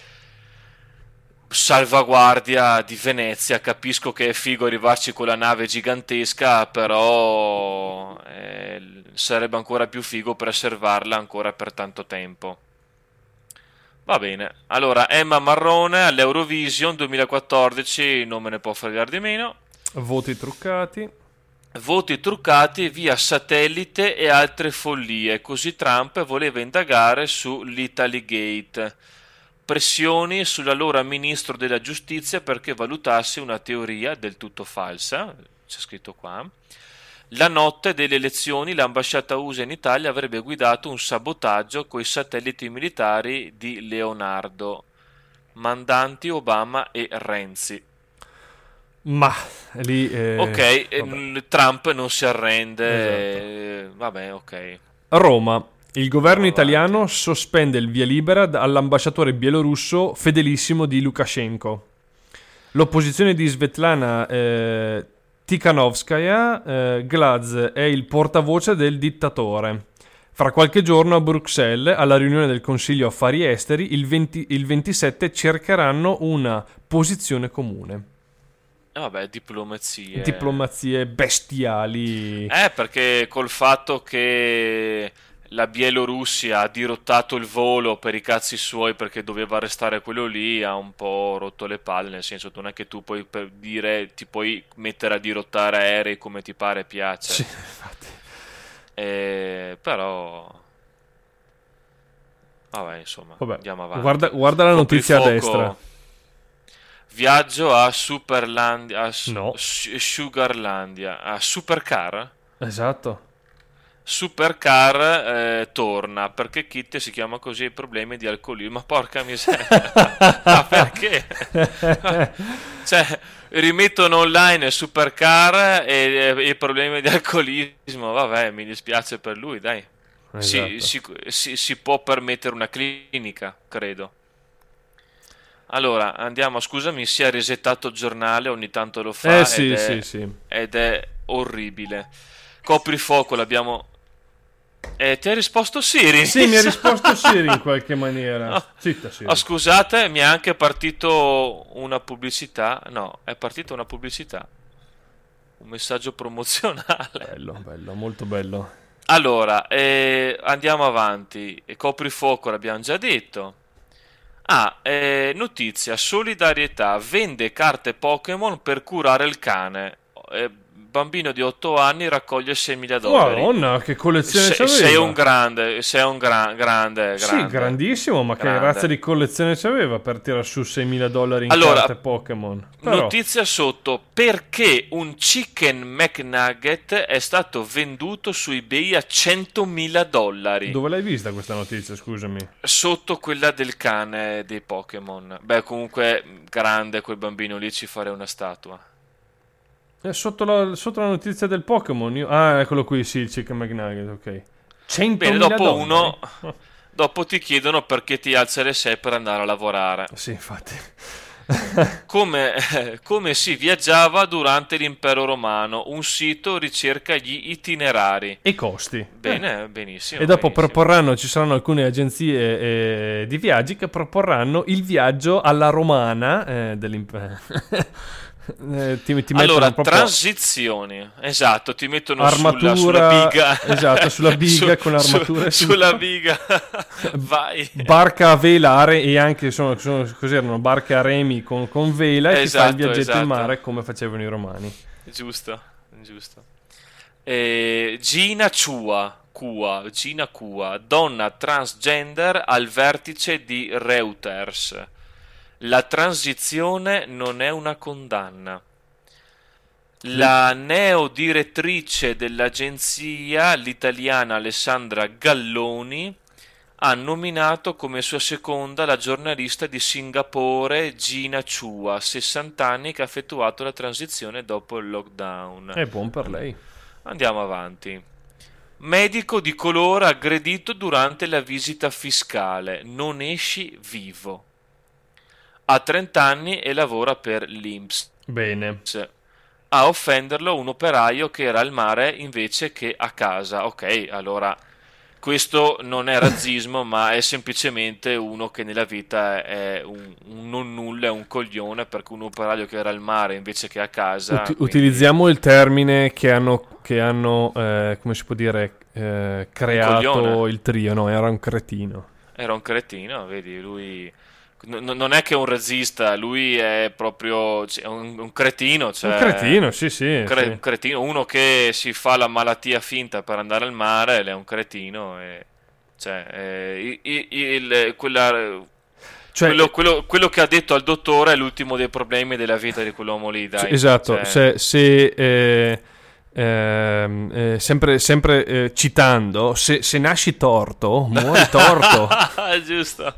salvaguardia di Venezia. Capisco che è figo arrivarci con la nave gigantesca, però eh, sarebbe ancora più figo preservarla ancora per tanto tempo. Va bene, allora Emma Marrone all'Eurovision duemilaquattordici, non me ne può fregare di meno. Voti truccati. Voti truccati via satellite e altre follie, così Trump voleva indagare su l'Italygate. Pressioni sull'allora ministro della giustizia perché valutasse una teoria del tutto falsa, c'è scritto qua. La notte delle elezioni l'ambasciata U S A in Italia avrebbe guidato un sabotaggio coi satelliti militari di Leonardo, mandanti Obama e Renzi. Ma lì... eh, Ok, eh, vabbè. n- Trump non si arrende, Esatto. eh, vabbè, ok. Roma. Il governo Andiamo italiano avanti. sospende il via libera d- all'ambasciatore bielorusso fedelissimo di Lukashenko. L'opposizione di Svetlana eh, Tikhanovskaya, eh, Glaz è il portavoce del dittatore. Fra qualche giorno a Bruxelles, alla riunione del Consiglio Affari Esteri, il, venti il ventisette cercheranno una posizione comune. Eh, vabbè, diplomazie. Diplomazie bestiali. Eh, perché col fatto che la Bielorussia ha dirottato il volo per i cazzi suoi perché doveva arrestare quello lì, ha un po' rotto le palle, nel senso non è che tu puoi per dire, ti puoi mettere a dirottare aerei come ti pare e piace. Sì, infatti. Eh, però vabbè, insomma, Vabbè, andiamo avanti. guarda, guarda la notizia a Coprifuoco. destra. Viaggio a Superlandia, a Su- No. Su- Sugarlandia, a Supercar. Esatto. Supercar eh, torna perché Kitty si chiama così, i problemi di alcolismo. Ma porca miseria, ma perché? Cioè, rimettono online Supercar e, e i problemi di alcolismo. Vabbè, mi dispiace per lui, dai. Si, Esatto. si, si, si può permettere una clinica, credo. allora andiamo, scusami, si è resettato il giornale, ogni tanto lo fa, Eh sì, ed, è, sì, sì. ed è orribile. Coprifuoco l'abbiamo... Eh, ti ha risposto Siri? Sì, mi ha risposto Siri in qualche maniera. Oh, Zitta Siri. oh, scusate, mi è anche partito una pubblicità. No, è partita una pubblicità. Un messaggio promozionale. Bello, bello, molto bello. Allora, eh, andiamo avanti. Coprifuoco l'abbiamo già detto. Ah, eh, notizia, solidarietà, vende carte Pokémon per curare il cane. Eh, bambino di otto anni raccoglie seimila dollari. Madonna, che collezione Se- c'aveva. sei un grande, sei un gran- grande, Sì, grande. grandissimo, ma che Grande. razza di collezione c'aveva per tirare su seimila dollari in Allora, carte Pokémon? Però, Notizia sotto, perché un Chicken McNugget è stato venduto su eBay a centomila dollari. dove l'hai vista questa notizia, scusami? Sotto quella del cane dei Pokémon. Beh, comunque, grande quel bambino lì, ci farei una statua. È sotto la, sotto la notizia del Pokémon. Io... Ah, eccolo qui, sì, il Chicken McNugget, ok. Bene, centomila dopo dollari. uno, dopo ti chiedono perché ti alzi alle sei per andare a lavorare. Sì, infatti. Come, eh, come si viaggiava durante l'impero romano, un sito ricerca gli itinerari. E i costi. Bene, benissimo. E dopo benissimo. proporranno, ci saranno alcune agenzie eh, di viaggi che proporranno il viaggio alla romana eh, dell'impero. eh, ti, ti Allora, mettono proprio transizioni, esatto, ti mettono armatura, sulla, sulla biga. esatto, sulla biga Su- con l'armatura e su- tutto. sulla biga. Vai. Barca a velare e anche sono, sono così erano barche a remi con, con vela e ti fai il Esatto, viaggetto esatto. in mare come facevano i romani. Giusto, giusto. Eh, Gina Chua, Kua, Gina Kua, donna transgender al vertice di Reuters. La transizione non è una condanna. La neodirettrice dell'agenzia, l'italiana Alessandra Galloni, ha nominato come sua seconda la giornalista di Singapore Gina Chua, sessanta anni, che ha effettuato la transizione dopo il lockdown. È buon per lei. Andiamo avanti. Medico di colore aggredito durante la visita fiscale. Non esci vivo. Ha trenta anni e lavora per l'I N P S. Bene. A offenderlo un operaio che era al mare invece che a casa. Ok, allora questo non è razzismo, ma è semplicemente uno che nella vita è un, un non nulla, è un coglione, perché un operaio che era al mare invece che a casa. Ut- quindi... Utilizziamo il termine che hanno, che hanno eh, come si può dire, eh, creato coglione. il trio, no? Era un cretino. Era un cretino, vedi, lui n- non è che è un razzista, lui è proprio cioè, un, un cretino, cioè, Un cretino, sì, sì. un, cre- sì. un cretino, uno che si fa la malattia finta per andare al mare, è un cretino, e, cioè, eh, il, il- quella, Cioè, quello, quello- quello che ha detto al dottore è l'ultimo dei problemi della vita di quell'uomo lì, dai. esatto, Cioè, se, se, eh, ehm, eh, sempre, sempre eh, citando, se, se nasci torto, muori torto. giusto.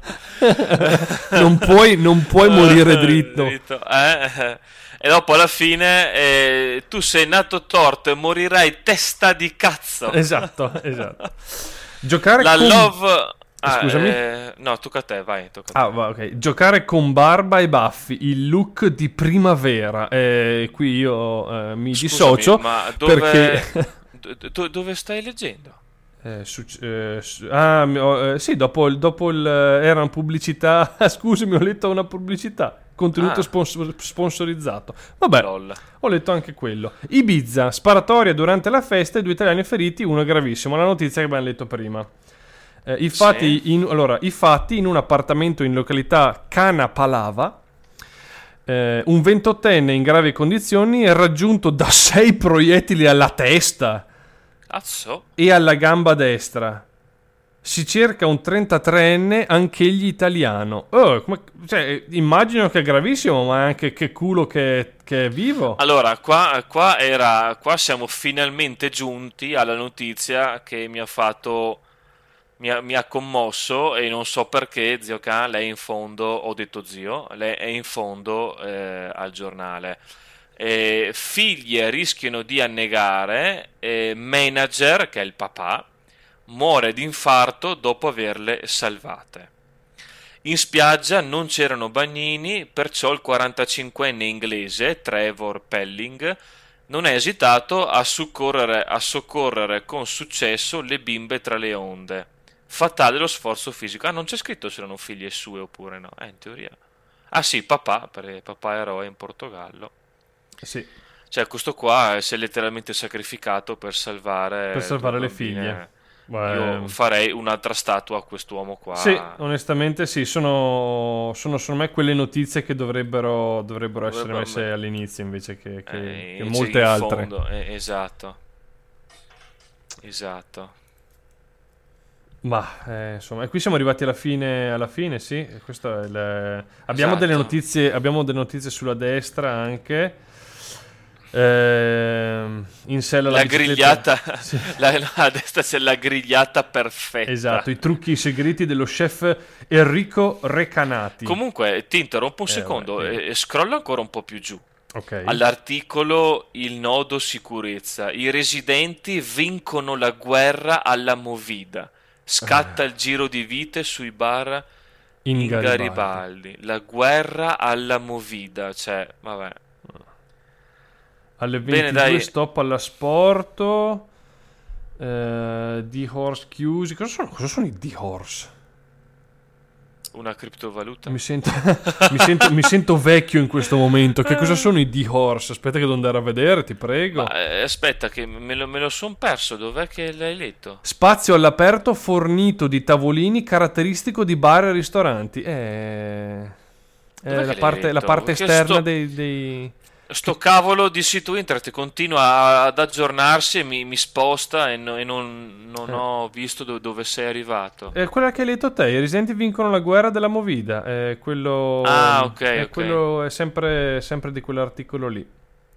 non puoi, non puoi morire dritto. Eh? E dopo alla fine eh, tu sei nato torto e morirai testa di cazzo. Esatto, esatto. Giocare La con... love... Ah, Scusami? eh, no, tocca a te, vai. Tocca a te. Ah, va, ok. Giocare con barba e baffi, il look di primavera. Eh, qui io eh, mi Scusami, dissocio ma dove, perché... do- do- dove stai leggendo? Eh, su- eh, su- ah, mi- ho- eh, sì, dopo, il- dopo il... eh, era una pubblicità... Scusami, ho letto una pubblicità. Contenuto Ah. sponsor- sponsorizzato. Vabbè, Lol. ho letto anche quello. Ibiza, sparatoria durante la festa e due italiani feriti, uno è gravissimo. La notizia che abbiamo letto prima. Eh, i, fatti Sì. in, allora, i fatti in un appartamento in località Cana Palava. Eh, un ventottenne in gravi condizioni è raggiunto da sei proiettili alla testa Cazzo. e alla gamba destra. Si cerca un trentatreenne, anch'egli italiano. Oh, come- cioè, immagino che è gravissimo, ma anche che culo che, che è vivo. Allora, qua, qua era, qua siamo finalmente giunti alla notizia che mi ha fatto, mi ha, mi ha commosso, e non so perché, zio Can, lei è in fondo, ho detto zio, lei è in fondo eh, al giornale. Eh, figlie rischiano di annegare, eh, manager, che è il papà, muore di infarto dopo averle salvate. In spiaggia non c'erano bagnini, perciò il quarantacinquenne inglese Trevor Pelling non ha esitato a soccorrere, a soccorrere con successo le bimbe tra le onde. Fatale lo sforzo fisico. Ah, non c'è scritto se erano figlie sue oppure no. Eh, in teoria. Ah sì, papà, perché papà eroe in Portogallo. Sì. Cioè, questo qua si è letteralmente sacrificato per salvare, Per salvare due le bambine. figlie. Io Beh, farei un'altra statua a quest'uomo qua. sì, onestamente sì, sono, sono secondo me quelle notizie che dovrebbero, dovrebbero essere Dovrebbe- messe all'inizio invece che, che- eh, che invece molte in altre. fondo, eh, esatto. Esatto. Ma eh, insomma, e qui siamo arrivati alla fine, alla fine, sì. e Questo è il- Abbiamo delle Esatto. notizie, abbiamo delle notizie sulla destra anche. Ehm, in sella alla La bicicletta. grigliata, Sì. la- la- a destra c'è la grigliata perfetta. Esatto, i trucchi segreti dello chef Enrico Recanati. Comunque, ti interrompo un Eh, secondo vabbè, e, e scrolla ancora un po' più giù. Ok. All'articolo Il nodo sicurezza. I residenti vincono la guerra alla Movida. Scatta il giro di vite sui bar In in Garibaldi. Garibaldi. La guerra alla Movida. Cioè, vabbè. Alle Bene, ventidue dai. stop all'asporto. Eh, D-Horse chiusi. Cosa sono, cosa sono i D-Horse? Una criptovaluta. Mi sento, mi, sento, mi sento vecchio in questo momento. Che cosa sono i D-Horse? Aspetta che devo andare a vedere, ti prego. Ma, eh, aspetta, che me lo, me lo son perso. Dov'è che l'hai letto? Spazio all'aperto fornito di tavolini caratteristico di bar e ristoranti. Eh, Dov'è eh, che la, l'hai parte, la letto? parte Che esterna sto- dei... dei... Sto cavolo di sito internet continua ad aggiornarsi e mi, mi sposta e, no- e non, non Eh. ho visto do- dove sei arrivato. È quella che hai letto te, i residenti vincono la guerra della Movida. È quello, Ah, ok, è, ok. quello, è sempre, sempre di quell'articolo lì.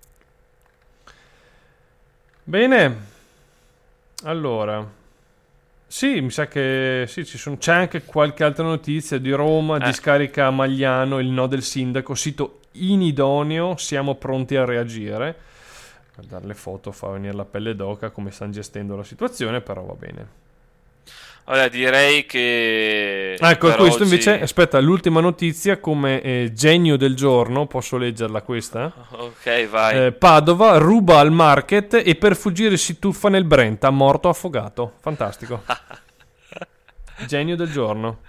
Bene, allora, sì, mi sa che sì, ci sono, c'è anche qualche altra notizia di Roma, Eh. discarica a Magliano, il no del sindaco, sito inidoneo, siamo pronti a reagire. Guardare le foto fa venire la pelle d'oca come stanno gestendo la situazione, però va bene. Allora, direi che... Ecco, per questo oggi- invece, aspetta, l'ultima notizia come eh, genio del giorno, posso leggerla questa? Ok, vai. Eh, Padova ruba al market e per fuggire si tuffa nel Brenta, morto affogato. Fantastico. Genio del giorno.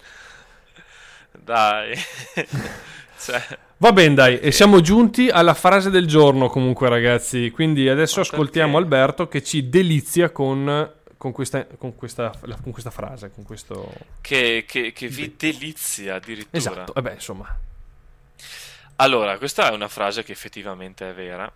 Dai. Cioè, Va bene, dai, e siamo giunti alla frase del giorno comunque, ragazzi. Quindi adesso Ma ascoltiamo perché? Alberto che ci delizia con, con, questa, con, questa, con questa frase, con questo... che, che- che vi delizia addirittura. Esatto, e beh, insomma. Allora, questa è una frase che effettivamente è vera.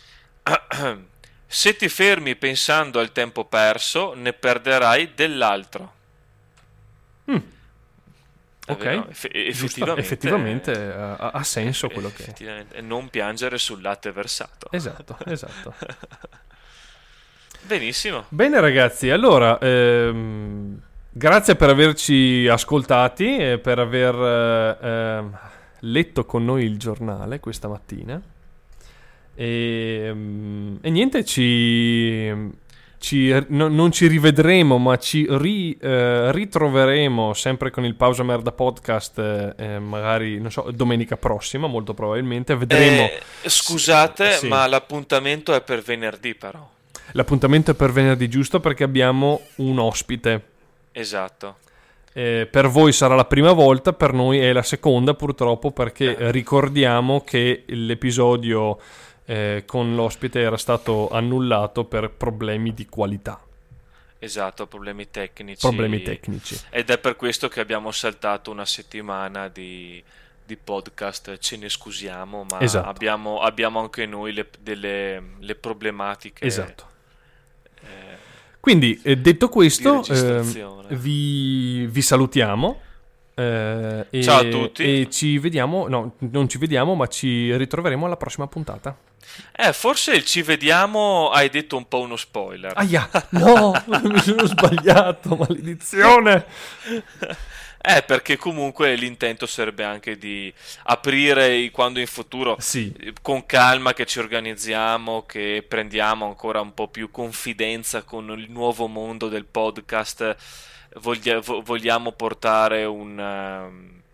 Se ti fermi pensando al tempo perso, ne perderai dell'altro. Mm. È Ok, vero, eff- giusto, effettivamente, effettivamente ha, ha senso eff- quello che è. effettivamente, e non piangere sul latte versato. Esatto, esatto. Benissimo. Bene ragazzi, allora, ehm, grazie per averci ascoltati e per aver eh, ehm, letto con noi il giornale questa mattina. E, ehm, e niente, ci... ci- no- non ci rivedremo, ma ci ri- eh, ritroveremo sempre con il Pausa Merda Podcast, eh, eh, magari, non so, domenica prossima, molto probabilmente. Vedremo. Eh, scusate, Sì. ma l'appuntamento è per venerdì, però. L'appuntamento è per venerdì, giusto perché abbiamo un ospite. Esatto. Eh, per voi sarà la prima volta, per noi è la seconda purtroppo, perché Eh. ricordiamo che l'episodio eh, con l'ospite era stato annullato per problemi di qualità, Esatto, problemi tecnici. problemi tecnici. Ed è per questo che abbiamo saltato una settimana di, di podcast. Ce ne scusiamo, ma Esatto. abbiamo, abbiamo anche noi le, delle le problematiche. Esatto. eh, Quindi, eh, detto questo, Di registrazione. ehm, vi, vi salutiamo. eh, e, Ciao a tutti. E ci vediamo, no, non ci vediamo, ma ci ritroveremo alla prossima puntata. eh, forse il ci vediamo hai detto un po' uno spoiler. Aia, no, mi sono sbagliato, maledizione. Eh, perché comunque l'intento sarebbe anche di aprire quando in futuro, Sì. eh, con calma, che ci organizziamo, che prendiamo ancora un po' più confidenza con il nuovo mondo del podcast. Voglia- vo- vogliamo portare un, ehm,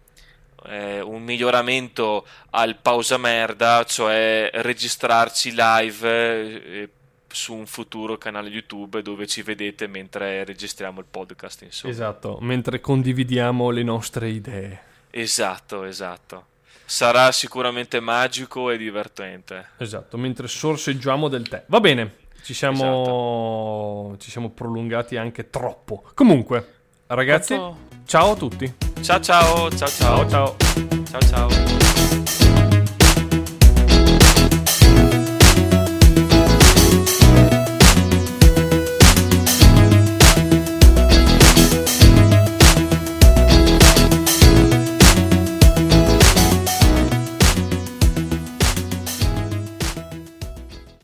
eh, un miglioramento al pausa merda, cioè registrarci live eh, su un futuro canale YouTube dove ci vedete mentre registriamo il podcast, insomma. Esatto, mentre condividiamo le nostre idee. Esatto, esatto. Sarà sicuramente magico e divertente. Esatto, mentre sorseggiamo del tè. Va bene, ci siamo, esatto. ci siamo prolungati anche troppo. Comunque, ragazzi, Quanto... ciao a tutti. Ciao ciao, ciao ciao. Ciao ciao.